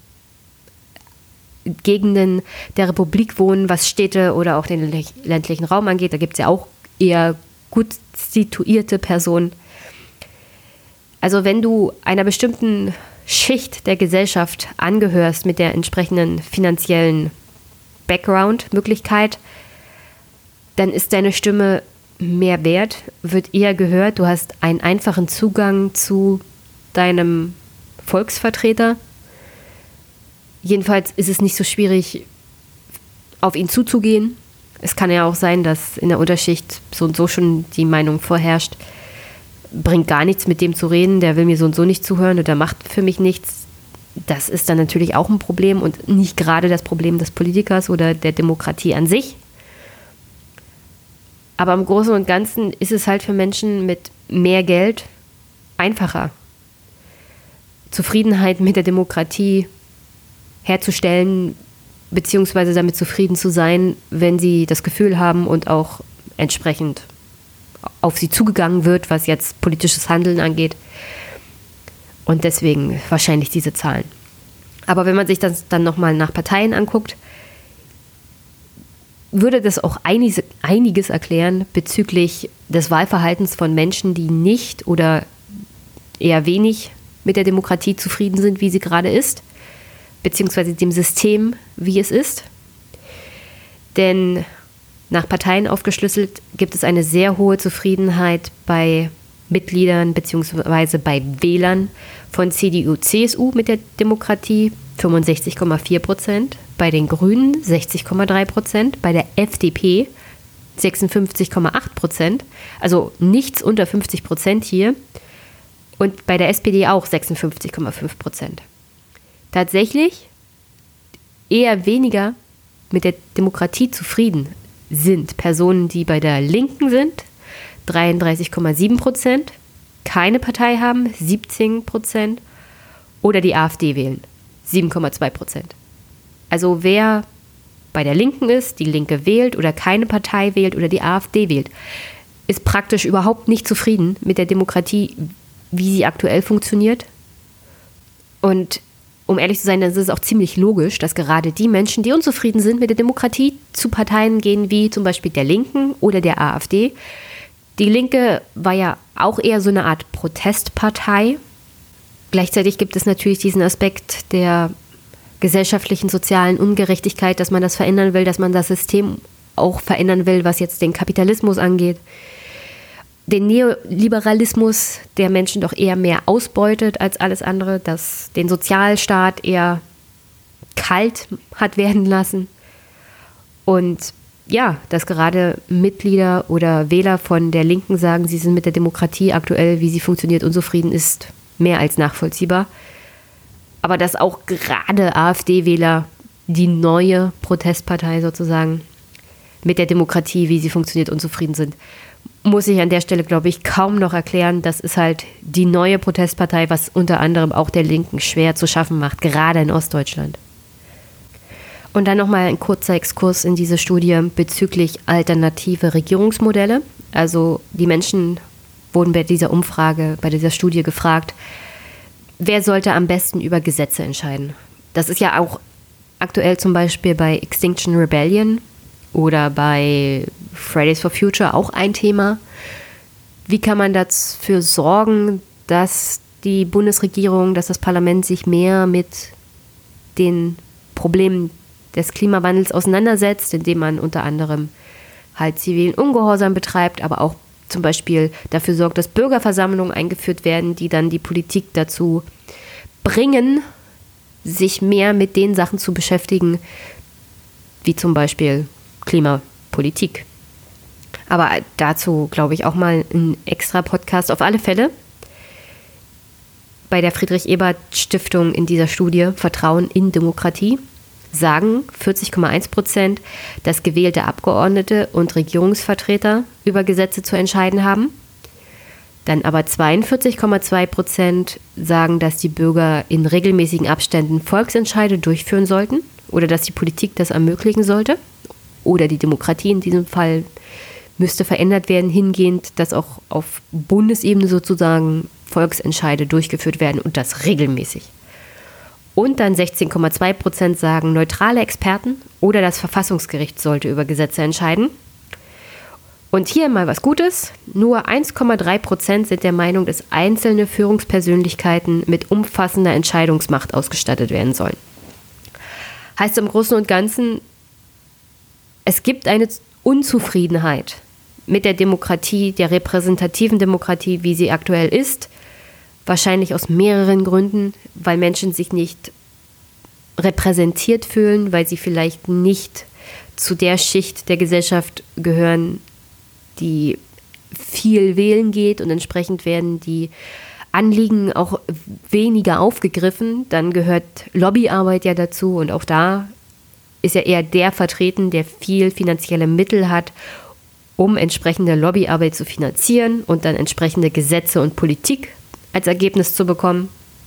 [SPEAKER 1] Gegenden der Republik wohnen, was Städte oder auch den ländlichen Raum angeht. Da gibt es ja auch eher gut situierte Personen. Also wenn du einer bestimmten Schicht der Gesellschaft angehörst mit der entsprechenden finanziellen Background-Möglichkeit, dann ist deine Stimme mehr wert, wird eher gehört. Du hast einen einfachen Zugang zu deinem Volksvertreter. Jedenfalls ist es nicht so schwierig, auf ihn zuzugehen. Es kann ja auch sein, dass in der Unterschicht so und so schon die Meinung vorherrscht, bringt gar nichts mit dem zu reden, der will mir so und so nicht zuhören oder macht für mich nichts. Das ist dann natürlich auch ein Problem und nicht gerade das Problem des Politikers oder der Demokratie an sich. Aber im Großen und Ganzen ist es halt für Menschen mit mehr Geld einfacher, Zufriedenheit mit der Demokratie herzustellen, beziehungsweise damit zufrieden zu sein, wenn sie das Gefühl haben und auch entsprechend auf sie zugegangen wird, was jetzt politisches Handeln angeht. Und deswegen wahrscheinlich diese Zahlen. Aber wenn man sich das dann nochmal nach Parteien anguckt, würde das auch einiges erklären bezüglich des Wahlverhaltens von Menschen, die nicht oder eher wenig mit der Demokratie zufrieden sind, wie sie gerade ist, beziehungsweise dem System, wie es ist. Denn nach Parteien aufgeschlüsselt gibt es eine sehr hohe Zufriedenheit bei Mitgliedern beziehungsweise bei Wählern von CDU, CSU mit der Demokratie, 65,4%, bei den Grünen 60,3%, bei der FDP 56,8%, also nichts unter 50% hier, und bei der SPD auch 56,5%. Tatsächlich eher weniger mit der Demokratie zufrieden sind Personen, die bei der Linken sind, 33,7%, keine Partei haben, 17%, oder die AfD wählen, 7,2%. Also wer bei der Linken ist, die Linke wählt oder keine Partei wählt oder die AfD wählt, ist praktisch überhaupt nicht zufrieden mit der Demokratie, wie sie aktuell funktioniert. Und um ehrlich zu sein, dann ist es auch ziemlich logisch, dass gerade die Menschen, die unzufrieden sind mit der Demokratie, zu Parteien gehen wie zum Beispiel der Linken oder der AfD. Die Linke war ja auch eher so eine Art Protestpartei. Gleichzeitig gibt es natürlich diesen Aspekt der gesellschaftlichen, sozialen Ungerechtigkeit, dass man das verändern will, dass man das System auch verändern will, was jetzt den Kapitalismus angeht. Den Neoliberalismus, der Menschen doch eher mehr ausbeutet als alles andere, das den Sozialstaat eher kalt hat werden lassen. Und ja, dass gerade Mitglieder oder Wähler von der Linken sagen, sie sind mit der Demokratie aktuell, wie sie funktioniert, unzufrieden, ist mehr als nachvollziehbar. Aber dass auch gerade AfD-Wähler, die neue Protestpartei sozusagen, mit der Demokratie, wie sie funktioniert, unzufrieden sind, muss ich an der Stelle, glaube ich, kaum noch erklären. Das ist halt die neue Protestpartei, was unter anderem auch der Linken schwer zu schaffen macht, gerade in Ostdeutschland. Und dann nochmal ein kurzer Exkurs in diese Studie bezüglich alternative Regierungsmodelle. Also die Menschen wurden bei dieser Umfrage, bei dieser Studie gefragt, wer sollte am besten über Gesetze entscheiden? Das ist ja auch aktuell zum Beispiel bei Extinction Rebellion oder bei Fridays for Future auch ein Thema. Wie kann man dafür sorgen, dass die Bundesregierung, dass das Parlament sich mehr mit den Problemen des Klimawandels auseinandersetzt, indem man unter anderem halt zivilen Ungehorsam betreibt, aber auch zum Beispiel dafür sorgt, dass Bürgerversammlungen eingeführt werden, die dann die Politik dazu bringen, sich mehr mit den Sachen zu beschäftigen, wie zum Beispiel Klimapolitik. Aber dazu, glaube ich, auch mal ein extra Podcast. Auf alle Fälle bei der Friedrich-Ebert-Stiftung in dieser Studie Vertrauen in Demokratie sagen 40,1%, dass gewählte Abgeordnete und Regierungsvertreter über Gesetze zu entscheiden haben. Dann aber 42,2% sagen, dass die Bürger in regelmäßigen Abständen Volksentscheide durchführen sollten oder dass die Politik das ermöglichen sollte. Oder die Demokratie in diesem Fall müsste verändert werden, hingehend, dass auch auf Bundesebene sozusagen Volksentscheide durchgeführt werden und das regelmäßig. Und dann 16,2% sagen, neutrale Experten oder das Verfassungsgericht sollte über Gesetze entscheiden. Und hier mal was Gutes, nur 1,3% sind der Meinung, dass einzelne Führungspersönlichkeiten mit umfassender Entscheidungsmacht ausgestattet werden sollen. Heißt im Großen und Ganzen, es gibt eine Unzufriedenheit mit der Demokratie, der repräsentativen Demokratie, wie sie aktuell ist, Wahrscheinlich aus mehreren Gründen, weil Menschen sich nicht repräsentiert fühlen, weil sie vielleicht nicht zu der Schicht der Gesellschaft gehören, die viel wählen geht, und entsprechend werden die Anliegen auch weniger aufgegriffen. Dann gehört Lobbyarbeit ja dazu, und auch da ist ja eher der vertreten, der viel finanzielle Mittel hat, um entsprechende Lobbyarbeit zu finanzieren und dann entsprechende Gesetze und Politik als Ergebnis zu bekommen.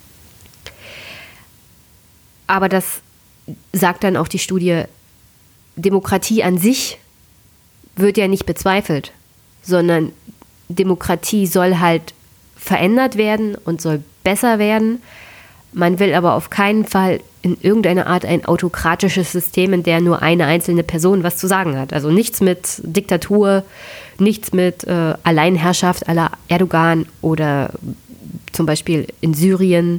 [SPEAKER 1] Aber das sagt dann auch die Studie, Demokratie an sich wird ja nicht bezweifelt, sondern Demokratie soll halt verändert werden und soll besser werden. Man will aber auf keinen Fall in irgendeiner Art ein autokratisches System, in der nur eine einzelne Person was zu sagen hat. Also nichts mit Diktatur, nichts mit Alleinherrschaft à la Erdogan oder zum Beispiel in Syrien.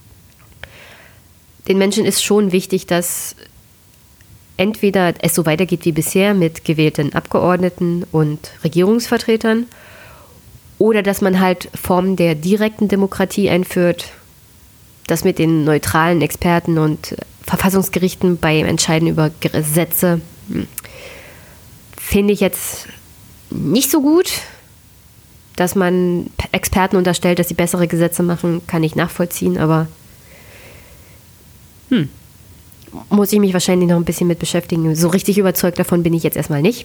[SPEAKER 1] Den Menschen ist schon wichtig, dass entweder es so weitergeht wie bisher mit gewählten Abgeordneten und Regierungsvertretern, oder dass man halt Formen der direkten Demokratie einführt, das mit den neutralen Experten und Verfassungsgerichten beim Entscheiden über Gesetze finde ich jetzt nicht so gut. Dass man Experten unterstellt, dass sie bessere Gesetze machen, kann ich nachvollziehen, aber muss ich mich wahrscheinlich noch ein bisschen mit beschäftigen. So richtig überzeugt davon bin ich jetzt erstmal nicht.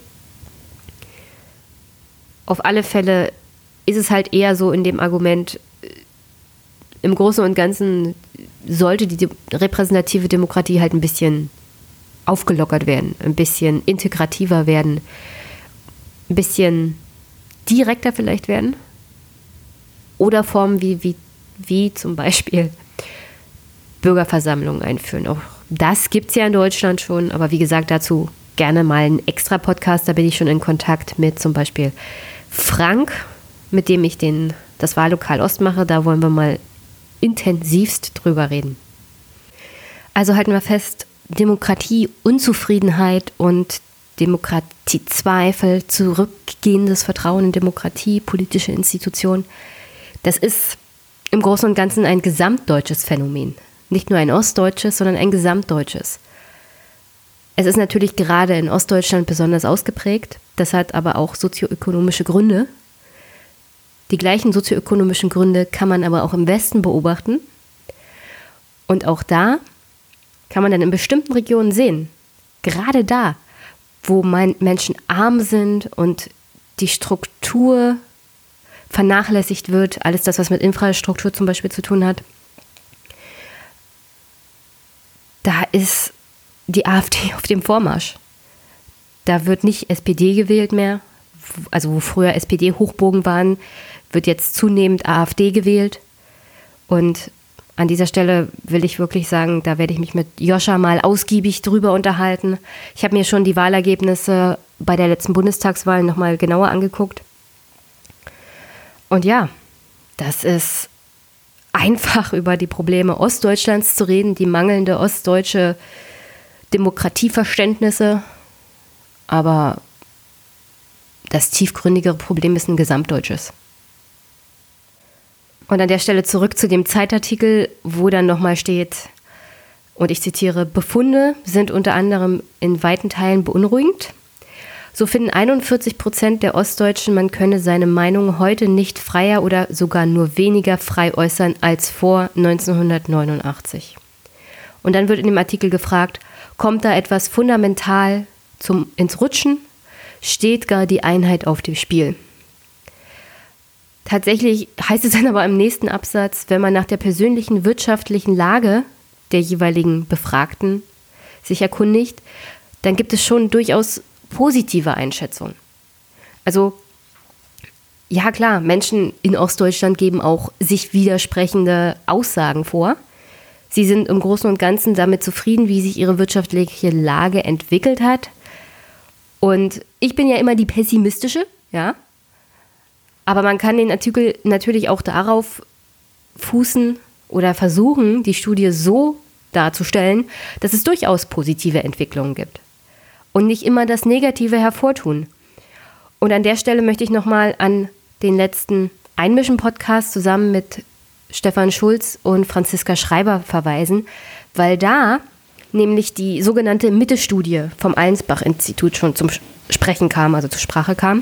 [SPEAKER 1] Auf alle Fälle ist es halt eher so in dem Argument, im Großen und Ganzen sollte die repräsentative Demokratie halt ein bisschen aufgelockert werden, ein bisschen integrativer werden, ein bisschen direkter vielleicht werden. Oder Formen wie zum Beispiel Bürgerversammlungen einführen. Auch das gibt es ja in Deutschland schon, aber wie gesagt, dazu gerne mal einen extra Podcast. Da bin ich schon in Kontakt mit zum Beispiel Frank, mit dem ich das Wahllokal Ost mache. Da wollen wir mal intensivst drüber reden. Also halten wir fest, Demokratie, Unzufriedenheit und Demokratiezweifel, zurückgehendes Vertrauen in Demokratie, politische Institutionen, das ist im Großen und Ganzen ein gesamtdeutsches Phänomen. Nicht nur ein ostdeutsches, sondern ein gesamtdeutsches. Es ist natürlich gerade in Ostdeutschland besonders ausgeprägt. Das hat aber auch sozioökonomische Gründe. Die gleichen sozioökonomischen Gründe kann man aber auch im Westen beobachten. Und auch da kann man dann in bestimmten Regionen sehen, gerade da, wo Menschen arm sind und die Struktur vernachlässigt wird, alles das, was mit Infrastruktur zum Beispiel zu tun hat, da ist die AfD auf dem Vormarsch. Da wird nicht SPD gewählt mehr, also wo früher SPD-Hochburgen waren, wird jetzt zunehmend AfD gewählt. Und an dieser Stelle will ich wirklich sagen, da werde ich mich mit Joscha mal ausgiebig drüber unterhalten. Ich habe mir schon die Wahlergebnisse bei der letzten Bundestagswahl nochmal genauer angeguckt. Und ja, das ist einfach über die Probleme Ostdeutschlands zu reden, die mangelnde ostdeutsche Demokratieverständnisse. Aber das tiefgründigere Problem ist ein gesamtdeutsches. Und an der Stelle zurück zu dem Zeitartikel, wo dann nochmal steht, und ich zitiere, Befunde sind unter anderem in weiten Teilen beunruhigend. So finden 41% der Ostdeutschen, man könne seine Meinung heute nicht freier oder sogar nur weniger frei äußern als vor 1989. Und dann wird in dem Artikel gefragt, kommt da etwas fundamental ins Rutschen? Steht gar die Einheit auf dem Spiel? Tatsächlich heißt es dann aber im nächsten Absatz, wenn man nach der persönlichen wirtschaftlichen Lage der jeweiligen Befragten sich erkundigt, dann gibt es schon durchaus positive Einschätzungen. Also, ja klar, Menschen in Ostdeutschland geben auch sich widersprechende Aussagen vor. Sie sind im Großen und Ganzen damit zufrieden, wie sich ihre wirtschaftliche Lage entwickelt hat. Und ich bin ja immer die pessimistische, ja. Aber man kann den Artikel natürlich auch darauf fußen oder versuchen, die Studie so darzustellen, dass es durchaus positive Entwicklungen gibt. Und nicht immer das Negative hervortun. Und an der Stelle möchte ich nochmal an den letzten Einmischen-Podcast zusammen mit Stefan Schulz und Franziska Schreiber verweisen, weil da nämlich die sogenannte Mitte-Studie vom Allensbach-Institut schon zum Sprechen kam, also zur Sprache kam.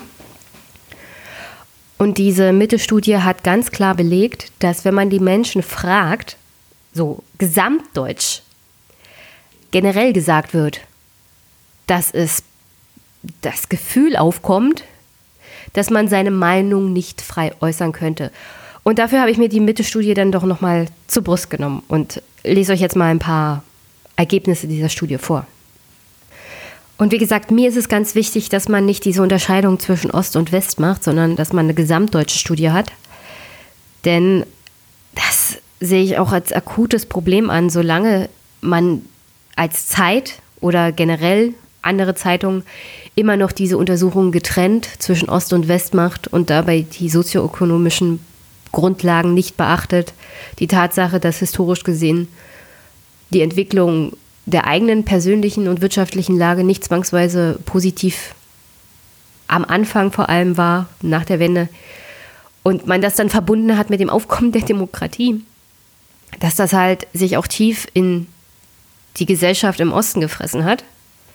[SPEAKER 1] Und diese Mitte-Studie hat ganz klar belegt, dass wenn man die Menschen fragt, so gesamtdeutsch, generell gesagt wird, dass es das Gefühl aufkommt, dass man seine Meinung nicht frei äußern könnte. Und dafür habe ich mir die Mitte-Studie dann doch nochmal zur Brust genommen und lese euch jetzt mal ein paar Ergebnisse dieser Studie vor. Und wie gesagt, mir ist es ganz wichtig, dass man nicht diese Unterscheidung zwischen Ost und West macht, sondern dass man eine gesamtdeutsche Studie hat. Denn das sehe ich auch als akutes Problem an, solange man als Zeit oder generell andere Zeitungen immer noch diese Untersuchungen getrennt zwischen Ost und West macht und dabei die sozioökonomischen Grundlagen nicht beachtet. Die Tatsache, dass historisch gesehen die Entwicklung der eigenen persönlichen und wirtschaftlichen Lage nicht zwangsweise positiv am Anfang vor allem war, nach der Wende, und man das dann verbunden hat mit dem Aufkommen der Demokratie, dass das halt sich auch tief in die Gesellschaft im Osten gefressen hat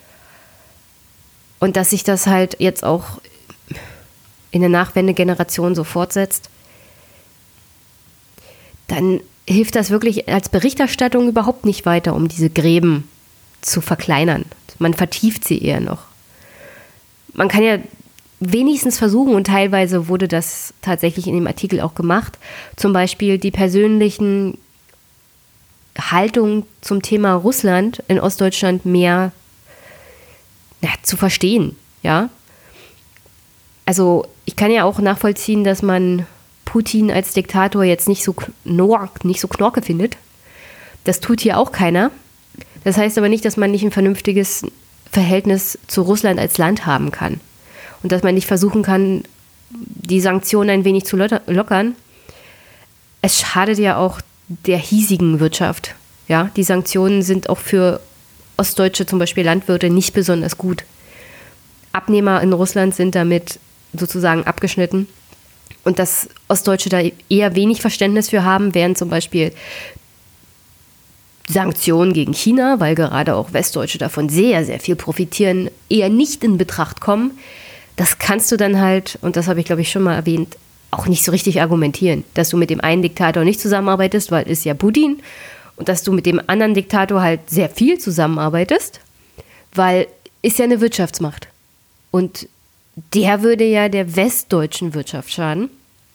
[SPEAKER 1] und dass sich das halt jetzt auch in der Nachwendegeneration so fortsetzt, dann hilft das wirklich als Berichterstattung überhaupt nicht weiter, um diese Gräben zu verkleinern. Man vertieft sie eher noch. Man kann ja wenigstens versuchen, und teilweise wurde das tatsächlich in dem Artikel auch gemacht, zum Beispiel die persönlichen Haltungen zum Thema Russland in Ostdeutschland mehr zu verstehen. Ja? Also ich kann ja auch nachvollziehen, dass man Putin als Diktator jetzt nicht so knorke findet. Das tut hier auch keiner. Das heißt aber nicht, dass man nicht ein vernünftiges Verhältnis zu Russland als Land haben kann. Und dass man nicht versuchen kann, die Sanktionen ein wenig zu lockern. Es schadet ja auch der hiesigen Wirtschaft. Ja? Die Sanktionen sind auch für ostdeutsche, zum Beispiel Landwirte, nicht besonders gut. Abnehmer in Russland sind damit sozusagen abgeschnitten. Und dass Ostdeutsche da eher wenig Verständnis für haben, während zum Beispiel Sanktionen gegen China, weil gerade auch Westdeutsche davon sehr, sehr viel profitieren, eher nicht in Betracht kommen. Das kannst du dann halt, und das habe ich glaube ich schon mal erwähnt, auch nicht so richtig argumentieren, dass du mit dem einen Diktator nicht zusammenarbeitest, weil ist ja Putin, und dass du mit dem anderen Diktator halt sehr viel zusammenarbeitest, weil ist ja eine Wirtschaftsmacht. Und der würde ja der westdeutschen Wirtschaft schaden.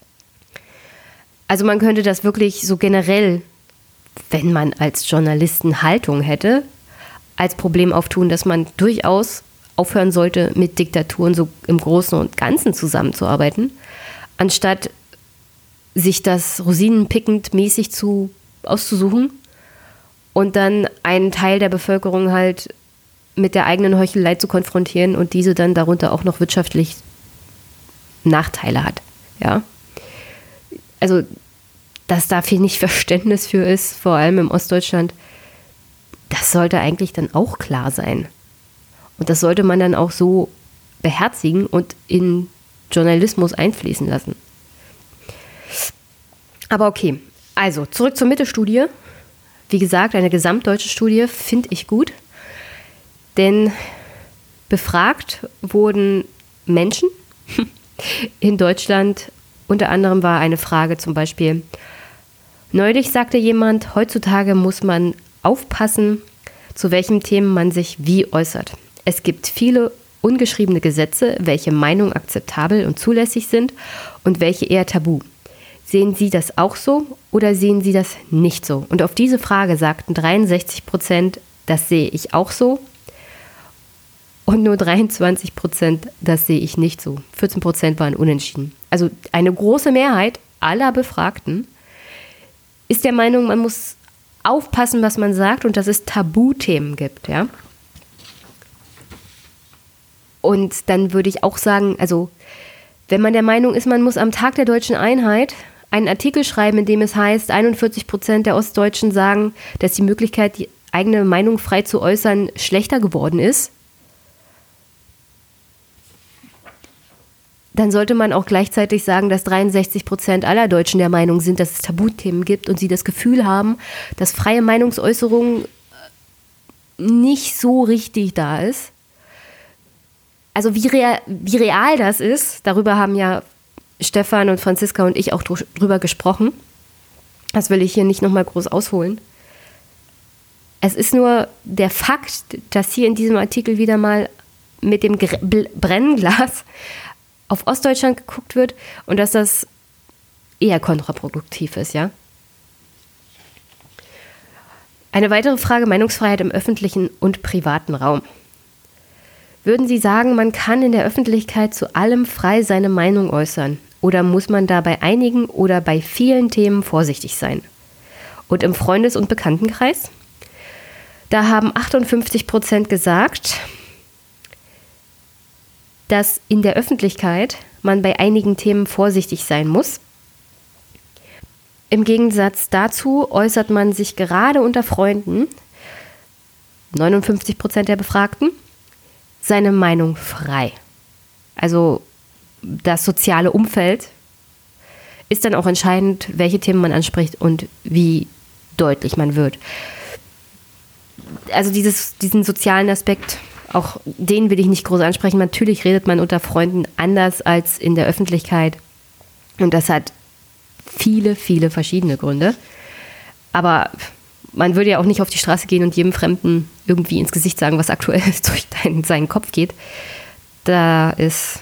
[SPEAKER 1] Also man könnte das wirklich so generell, wenn man als Journalisten Haltung hätte, als Problem auftun, dass man durchaus aufhören sollte, mit Diktaturen so im Großen und Ganzen zusammenzuarbeiten, anstatt sich das rosinenpickend mäßig auszusuchen und dann einen Teil der Bevölkerung halt mit der eigenen Heuchelei zu konfrontieren und diese dann darunter auch noch wirtschaftlich Nachteile hat. Ja? Also, dass da viel nicht Verständnis für ist, vor allem im Ostdeutschland, das sollte eigentlich dann auch klar sein. Und das sollte man dann auch so beherzigen und in Journalismus einfließen lassen. Aber okay, also zurück zur Mitte-Studie. Wie gesagt, eine gesamtdeutsche Studie finde ich gut. Denn befragt wurden Menschen in Deutschland. Unter anderem war eine Frage zum Beispiel, neulich sagte jemand, heutzutage muss man aufpassen, zu welchen Themen man sich wie äußert. Es gibt viele ungeschriebene Gesetze, welche Meinungen akzeptabel und zulässig sind und welche eher tabu. Sehen Sie das auch so oder sehen Sie das nicht so? Und auf diese Frage sagten 63%, das sehe ich auch so. Und nur 23%, das sehe ich nicht so. 14% waren unentschieden. Also eine große Mehrheit aller Befragten ist der Meinung, man muss aufpassen, was man sagt und dass es Tabuthemen gibt. Ja? Und dann würde ich auch sagen, also wenn man der Meinung ist, man muss am Tag der Deutschen Einheit einen Artikel schreiben, in dem es heißt, 41% der Ostdeutschen sagen, dass die Möglichkeit, die eigene Meinung frei zu äußern, schlechter geworden ist, dann sollte man auch gleichzeitig sagen, dass 63% aller Deutschen der Meinung sind, dass es Tabuthemen gibt und sie das Gefühl haben, dass freie Meinungsäußerung nicht so richtig da ist. Also wie real das ist, darüber haben ja Stefan und Franziska und ich auch drüber gesprochen. Das will ich hier nicht nochmal groß ausholen. Es ist nur der Fakt, dass hier in diesem Artikel wieder mal mit dem Brennglas auf Ostdeutschland geguckt wird und dass das eher kontraproduktiv ist, ja. Eine weitere Frage: Meinungsfreiheit im öffentlichen und privaten Raum. Würden Sie sagen, man kann in der Öffentlichkeit zu allem frei seine Meinung äußern? Oder muss man da bei einigen oder bei vielen Themen vorsichtig sein? Und im Freundes- und Bekanntenkreis? Da haben 58% gesagt, dass in der Öffentlichkeit man bei einigen Themen vorsichtig sein muss. Im Gegensatz dazu äußert man sich gerade unter Freunden, 59% der Befragten, seine Meinung frei. Also das soziale Umfeld ist dann auch entscheidend, welche Themen man anspricht und wie deutlich man wird. Also diesen sozialen Aspekt, auch den will ich nicht groß ansprechen. Natürlich redet man unter Freunden anders als in der Öffentlichkeit. Und das hat viele, viele verschiedene Gründe. Aber man würde ja auch nicht auf die Straße gehen und jedem Fremden irgendwie ins Gesicht sagen, was aktuell durch seinen Kopf geht. Da ist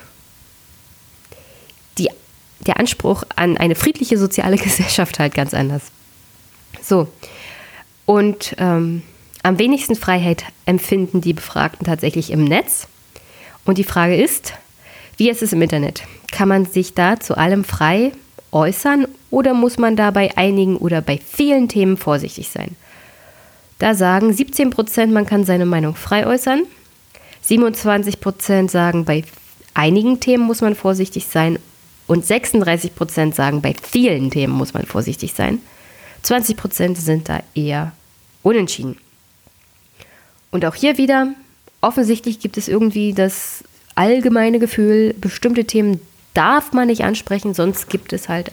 [SPEAKER 1] der Anspruch an eine friedliche soziale Gesellschaft halt ganz anders. So, und am wenigsten Freiheit empfinden die Befragten tatsächlich im Netz. Und die Frage ist, wie ist es im Internet? Kann man sich da zu allem frei äußern oder muss man da bei einigen oder bei vielen Themen vorsichtig sein? Da sagen 17%, man kann seine Meinung frei äußern. 27% sagen, bei einigen Themen muss man vorsichtig sein. Und 36% sagen, bei vielen Themen muss man vorsichtig sein. 20% sind da eher unentschieden. Und auch hier wieder, offensichtlich gibt es irgendwie das allgemeine Gefühl, bestimmte Themen darf man nicht ansprechen, sonst gibt es halt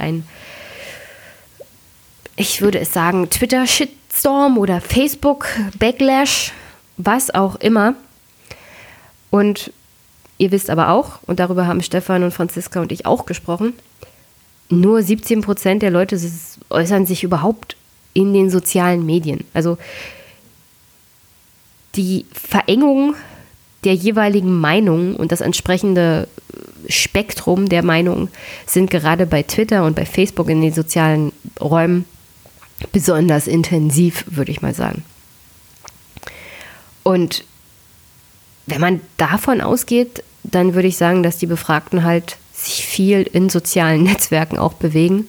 [SPEAKER 1] ich würde es sagen, Twitter-Shitstorm oder Facebook-Backlash, was auch immer. Und ihr wisst aber auch, und darüber haben Stefan und Franziska und ich auch gesprochen, nur 17% der Leute äußern sich überhaupt in den sozialen Medien. Also die Verengung der jeweiligen Meinungen und das entsprechende Spektrum der Meinungen sind gerade bei Twitter und bei Facebook in den sozialen Räumen besonders intensiv, würde ich mal sagen. Und wenn man davon ausgeht, dann würde ich sagen, dass die Befragten halt sich viel in sozialen Netzwerken auch bewegen,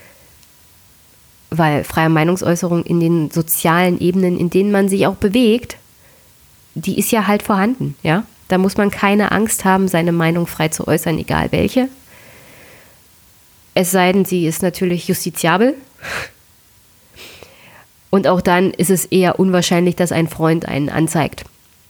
[SPEAKER 1] weil freie Meinungsäußerung in den sozialen Ebenen, in denen man sich auch bewegt, die ist ja halt vorhanden, ja. Da muss man keine Angst haben, seine Meinung frei zu äußern, egal welche. Es sei denn, sie ist natürlich justiziabel. Und auch dann ist es eher unwahrscheinlich, dass ein Freund einen anzeigt.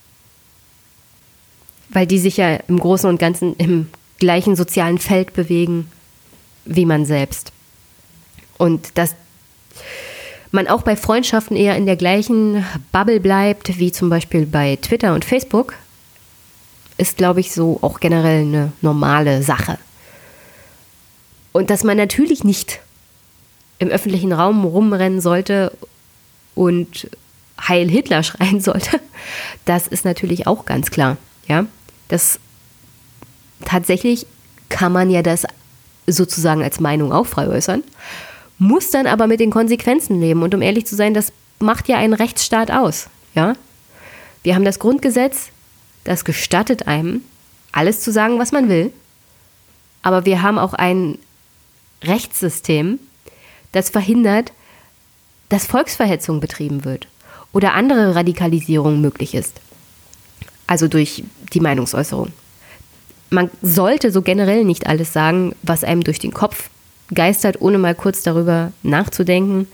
[SPEAKER 1] Weil die sich ja im Großen und Ganzen im gleichen sozialen Feld bewegen wie man selbst. Und dass man auch bei Freundschaften eher in der gleichen Bubble bleibt, wie zum Beispiel bei Twitter und Facebook, ist, glaube ich, so auch generell eine normale Sache. Und dass man natürlich nicht im öffentlichen Raum rumrennen sollte und Heil Hitler schreien sollte, das ist natürlich auch ganz klar. Ja, das tatsächlich kann man ja das sozusagen als Meinung auch frei äußern, muss dann aber mit den Konsequenzen leben. Und um ehrlich zu sein, das macht ja einen Rechtsstaat aus. Ja? Wir haben das Grundgesetz, das gestattet einem, alles zu sagen, was man will. Aber wir haben auch ein Rechtssystem, das verhindert, dass Volksverhetzung betrieben wird oder andere Radikalisierung möglich ist. Also durch die Meinungsäußerung. Man sollte so generell nicht alles sagen, was einem durch den Kopf geistert, ohne mal kurz darüber nachzudenken.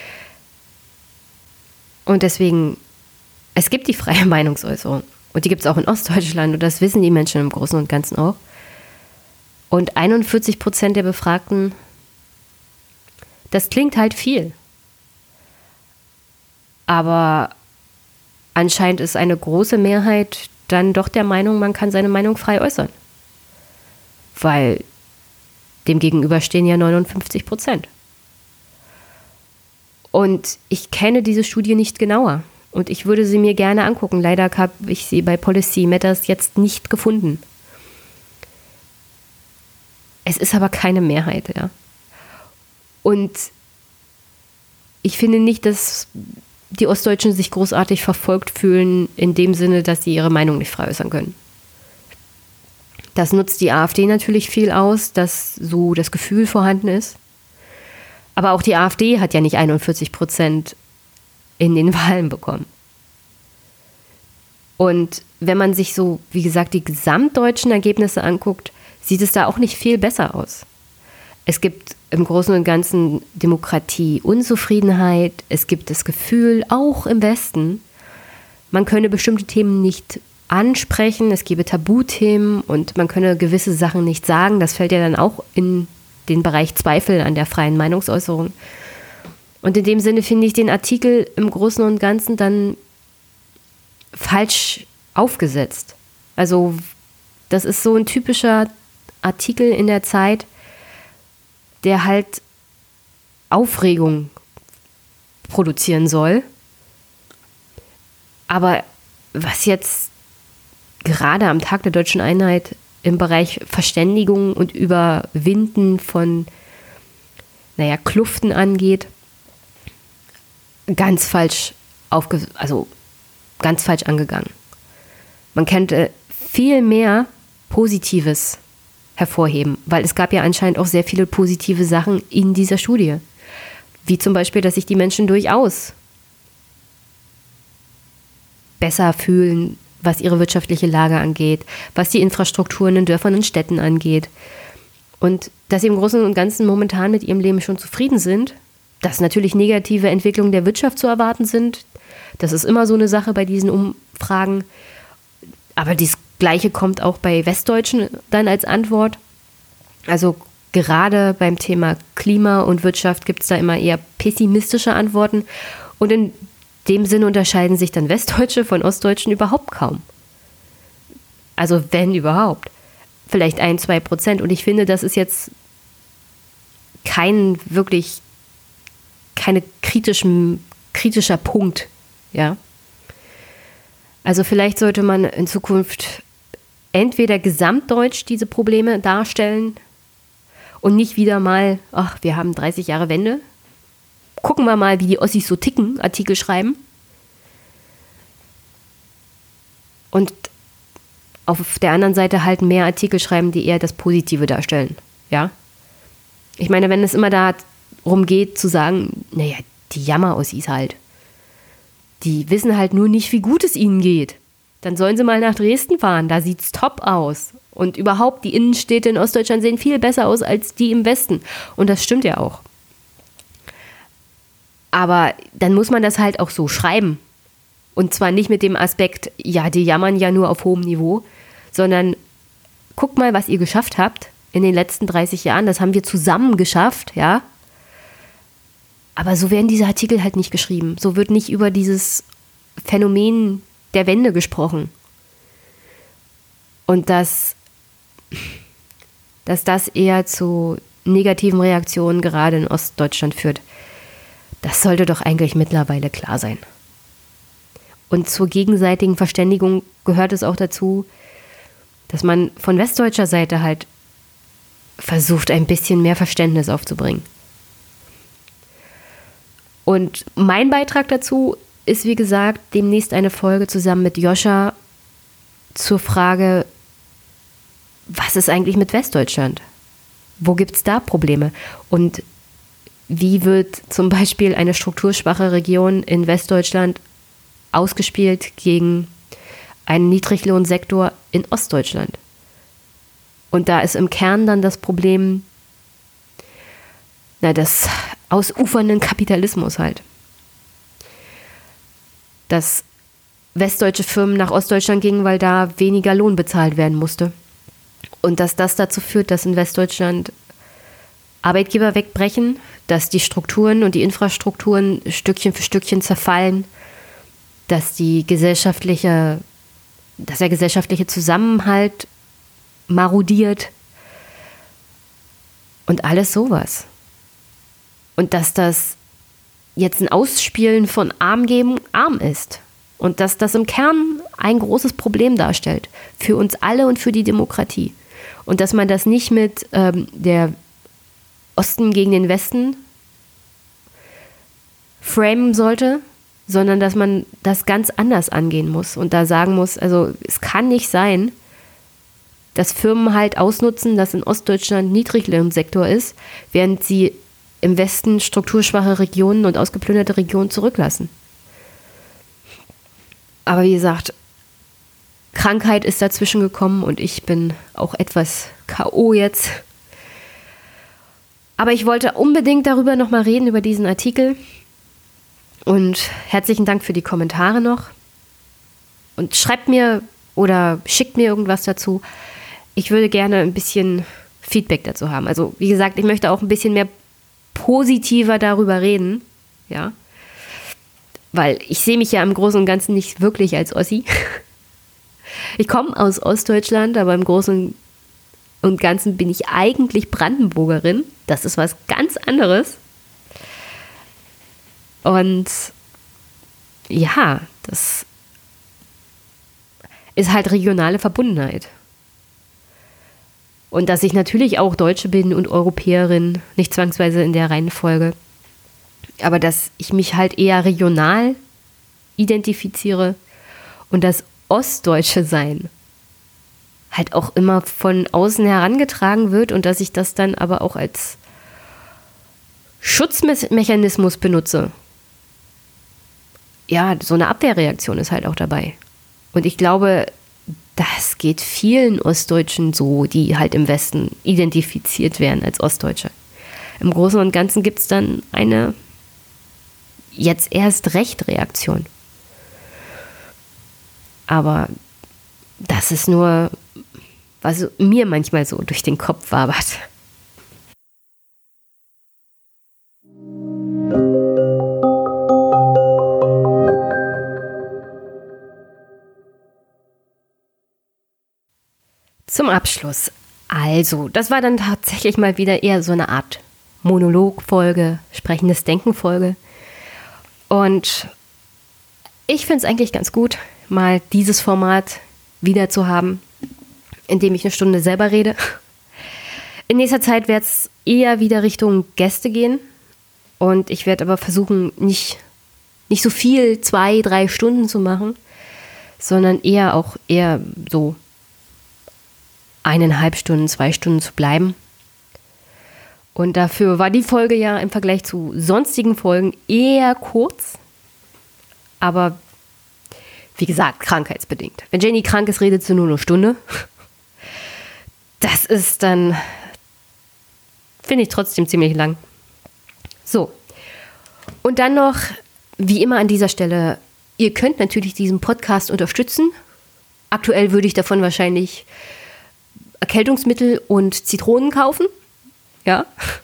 [SPEAKER 1] Und deswegen, es gibt die freie Meinungsäußerung. Und die gibt es auch in Ostdeutschland. Und das wissen die Menschen im Großen und Ganzen auch. Und 41% der Befragten, das klingt halt viel. Aber anscheinend ist eine große Mehrheit dann doch der Meinung, man kann seine Meinung frei äußern. Weil dem gegenüber stehen ja 59%. Und ich kenne diese Studie nicht genauer. Und ich würde sie mir gerne angucken. Leider habe ich sie bei Policy Matters jetzt nicht gefunden. Es ist aber keine Mehrheit, ja. Und ich finde nicht, dass die Ostdeutschen sich großartig verfolgt fühlen, in dem Sinne, dass sie ihre Meinung nicht frei äußern können. Das nutzt die AfD natürlich viel aus, dass so das Gefühl vorhanden ist. Aber auch die AfD hat ja nicht 41% in den Wahlen bekommen. Und wenn man sich so, wie gesagt, die gesamtdeutschen Ergebnisse anguckt, sieht es da auch nicht viel besser aus. Es gibt im Großen und Ganzen Demokratie-Unzufriedenheit. Es gibt das Gefühl, auch im Westen, man könne bestimmte Themen nicht ansprechen. Es gäbe Tabuthemen und man könne gewisse Sachen nicht sagen. Das fällt ja dann auch in den Bereich Zweifel an der freien Meinungsäußerung. Und in dem Sinne finde ich den Artikel im Großen und Ganzen dann falsch aufgesetzt. Also das ist so ein typischer Artikel in der Zeit, der halt Aufregung produzieren soll. Aber was jetzt gerade am Tag der Deutschen Einheit im Bereich Verständigung und Überwinden von, Kluften angeht, ganz falsch angegangen. Man könnte viel mehr Positives hervorheben, weil es gab ja anscheinend auch sehr viele positive Sachen in dieser Studie. Wie zum Beispiel, dass sich die Menschen durchaus besser fühlen, was ihre wirtschaftliche Lage angeht, was die Infrastrukturen in Dörfern und Städten angeht. Und dass sie im Großen und Ganzen momentan mit ihrem Leben schon zufrieden sind, dass natürlich negative Entwicklungen der Wirtschaft zu erwarten sind. Das ist immer so eine Sache bei diesen Umfragen. Aber das Gleiche kommt auch bei Westdeutschen dann als Antwort. Also gerade beim Thema Klima und Wirtschaft gibt es da immer eher pessimistische Antworten. Und in dem Sinne unterscheiden sich dann Westdeutsche von Ostdeutschen überhaupt kaum. Also wenn überhaupt. Vielleicht 1-2%. Und ich finde, das ist jetzt kein kritischer Punkt. Ja. Also vielleicht sollte man in Zukunft entweder gesamtdeutsch diese Probleme darstellen und nicht wieder mal, wir haben 30 Jahre Wende. Gucken wir mal, wie die Ossis so ticken, Artikel schreiben. Und auf der anderen Seite halt mehr Artikel schreiben, die eher das Positive darstellen. Ja? Ich meine, wenn es immer darum geht, zu sagen, die Jammer-Ossis halt. Die wissen halt nur nicht, wie gut es ihnen geht. Dann sollen sie mal nach Dresden fahren, da sieht's top aus. Und überhaupt, die Innenstädte in Ostdeutschland sehen viel besser aus als die im Westen. Und das stimmt ja auch. Aber dann muss man das halt auch so schreiben. Und zwar nicht mit dem Aspekt, die jammern ja nur auf hohem Niveau, sondern guckt mal, was ihr geschafft habt in den letzten 30 Jahren. Das haben wir zusammen geschafft, ja. Aber so werden diese Artikel halt nicht geschrieben. So wird nicht über dieses Phänomen der Wende gesprochen. Und dass das eher zu negativen Reaktionen gerade in Ostdeutschland führt, das sollte doch eigentlich mittlerweile klar sein. Und zur gegenseitigen Verständigung gehört es auch dazu, dass man von westdeutscher Seite halt versucht, ein bisschen mehr Verständnis aufzubringen. Und mein Beitrag dazu ist, wie gesagt, demnächst eine Folge zusammen mit Joscha zur Frage, was ist eigentlich mit Westdeutschland? Wo gibt es da Probleme? Und wie wird zum Beispiel eine strukturschwache Region in Westdeutschland ausgespielt gegen einen Niedriglohnsektor in Ostdeutschland? Und da ist im Kern dann das Problem, des ausufernden Kapitalismus halt. Dass westdeutsche Firmen nach Ostdeutschland gingen, weil da weniger Lohn bezahlt werden musste. Und dass das dazu führt, dass in Westdeutschland Arbeitgeber wegbrechen, dass die Strukturen und die Infrastrukturen Stückchen für Stückchen zerfallen, dass der gesellschaftliche Zusammenhalt marodiert und alles sowas. Und dass das jetzt ein Ausspielen von arm geben arm ist. Und dass das im Kern ein großes Problem darstellt. Für uns alle und für die Demokratie. Und dass man das nicht mit der Osten gegen den Westen framen sollte, sondern dass man das ganz anders angehen muss. Und da sagen muss, also es kann nicht sein, dass Firmen halt ausnutzen, dass in Ostdeutschland Niedriglohnsektor ist, während sie im Westen strukturschwache Regionen und ausgeplünderte Regionen zurücklassen. Aber wie gesagt, Krankheit ist dazwischen gekommen und ich bin auch etwas K.O. jetzt. Aber ich wollte unbedingt darüber nochmal reden, über diesen Artikel. Und herzlichen Dank für die Kommentare noch. Und schreibt mir oder schickt mir irgendwas dazu. Ich würde gerne ein bisschen Feedback dazu haben. Also wie gesagt, ich möchte auch ein bisschen mehr positiver darüber reden. Ja. Weil ich sehe mich ja im Großen und Ganzen nicht wirklich als Ossi. Ich komme aus Ostdeutschland, aber im Großen und Ganzen bin ich eigentlich Brandenburgerin. Das ist was ganz anderes. Und ja, das ist halt regionale Verbundenheit. Und dass ich natürlich auch Deutsche bin und Europäerin, nicht zwangsweise in der Reihenfolge. Aber dass ich mich halt eher regional identifiziere und das Ostdeutsche sein halt auch immer von außen herangetragen wird und dass ich das dann aber auch als Schutzmechanismus benutze. Ja, so eine Abwehrreaktion ist halt auch dabei. Und ich glaube, das geht vielen Ostdeutschen so, die halt im Westen identifiziert werden als Ostdeutsche. Im Großen und Ganzen gibt es dann eine jetzt erst recht Reaktion. Aber das ist nur, was mir manchmal so durch den Kopf wabert. Zum Abschluss. Also, das war dann tatsächlich mal wieder eher so eine Art Monologfolge, sprechendes Denken-Folge. Und ich finde es eigentlich ganz gut, mal dieses Format wieder zu haben, in dem ich eine Stunde selber rede. In nächster Zeit wird es eher wieder Richtung Gäste gehen. Und ich werde aber versuchen, nicht so viel 2-3 Stunden zu machen, sondern eher so 1,5 Stunden, 2 Stunden zu bleiben. Und dafür war die Folge ja im Vergleich zu sonstigen Folgen eher kurz. Aber wie gesagt, krankheitsbedingt. Wenn Jenny krank ist, redet sie nur eine Stunde. Das ist dann, finde ich, trotzdem ziemlich lang. So. Und dann noch, wie immer an dieser Stelle, ihr könnt natürlich diesen Podcast unterstützen. Aktuell würde ich davon wahrscheinlich Erkältungsmittel und Zitronen kaufen. Ja.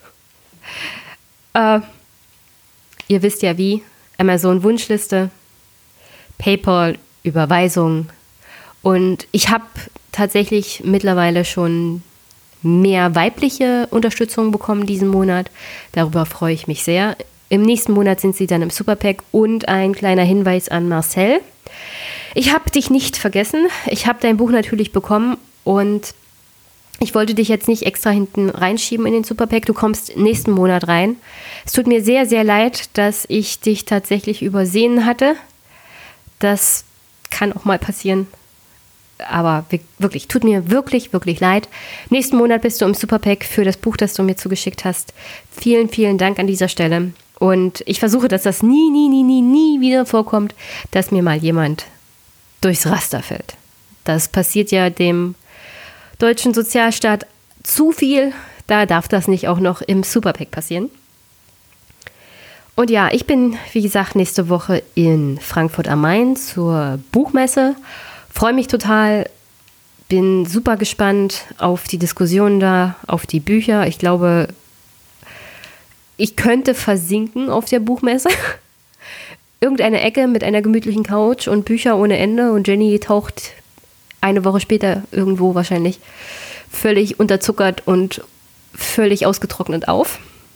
[SPEAKER 1] Ihr wisst ja wie. Amazon Wunschliste, PayPal, Überweisung. Und ich habe tatsächlich mittlerweile schon mehr weibliche Unterstützung bekommen diesen Monat. Darüber freue ich mich sehr. Im nächsten Monat sind sie dann im Superpack. Und ein kleiner Hinweis an Marcel. Ich habe dich nicht vergessen. Ich habe dein Buch natürlich bekommen und ich wollte dich jetzt nicht extra hinten reinschieben in den Superpack. Du kommst nächsten Monat rein. Es tut mir sehr, sehr leid, dass ich dich tatsächlich übersehen hatte. Das kann auch mal passieren. Aber wirklich, tut mir wirklich, wirklich leid. Nächsten Monat bist du im Superpack für das Buch, das du mir zugeschickt hast. Vielen, vielen Dank an dieser Stelle. Und ich versuche, dass das nie wieder vorkommt, dass mir mal jemand durchs Raster fällt. Das passiert ja dem deutschen Sozialstaat zu viel. Da darf das nicht auch noch im Superpack passieren. Und ja, ich bin, wie gesagt, nächste Woche in Frankfurt am Main zur Buchmesse. Freue mich total. bin super gespannt auf die Diskussion da, auf die Bücher. Ich glaube, ich könnte versinken auf der Buchmesse. Irgendeine Ecke mit einer gemütlichen Couch und Bücher ohne Ende und Jenny taucht eine Woche später irgendwo wahrscheinlich völlig unterzuckert und völlig ausgetrocknet auf.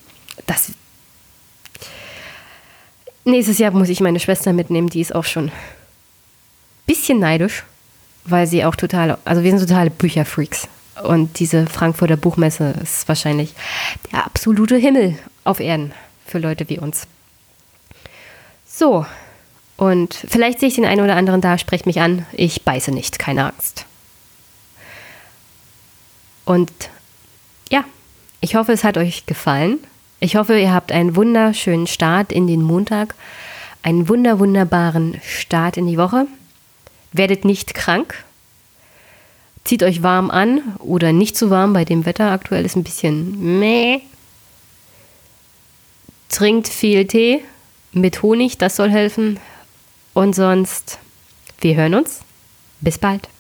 [SPEAKER 1] Nächstes Jahr muss ich meine Schwester mitnehmen, die ist auch schon ein bisschen neidisch, weil sie auch wir sind totale Bücherfreaks. Und diese Frankfurter Buchmesse ist wahrscheinlich der absolute Himmel auf Erden für Leute wie uns. So, und vielleicht sehe ich den einen oder anderen da, sprecht mich an. Ich beiße nicht, keine Angst. Und ja, ich hoffe, es hat euch gefallen. Ich hoffe, ihr habt einen wunderschönen Start in den Montag, einen wunderbaren Start in die Woche. Werdet nicht krank. Zieht euch warm an oder nicht zu warm bei dem Wetter. Aktuell ist ein bisschen meh. Trinkt viel Tee mit Honig, das soll helfen. Und sonst, wir hören uns. Bis bald.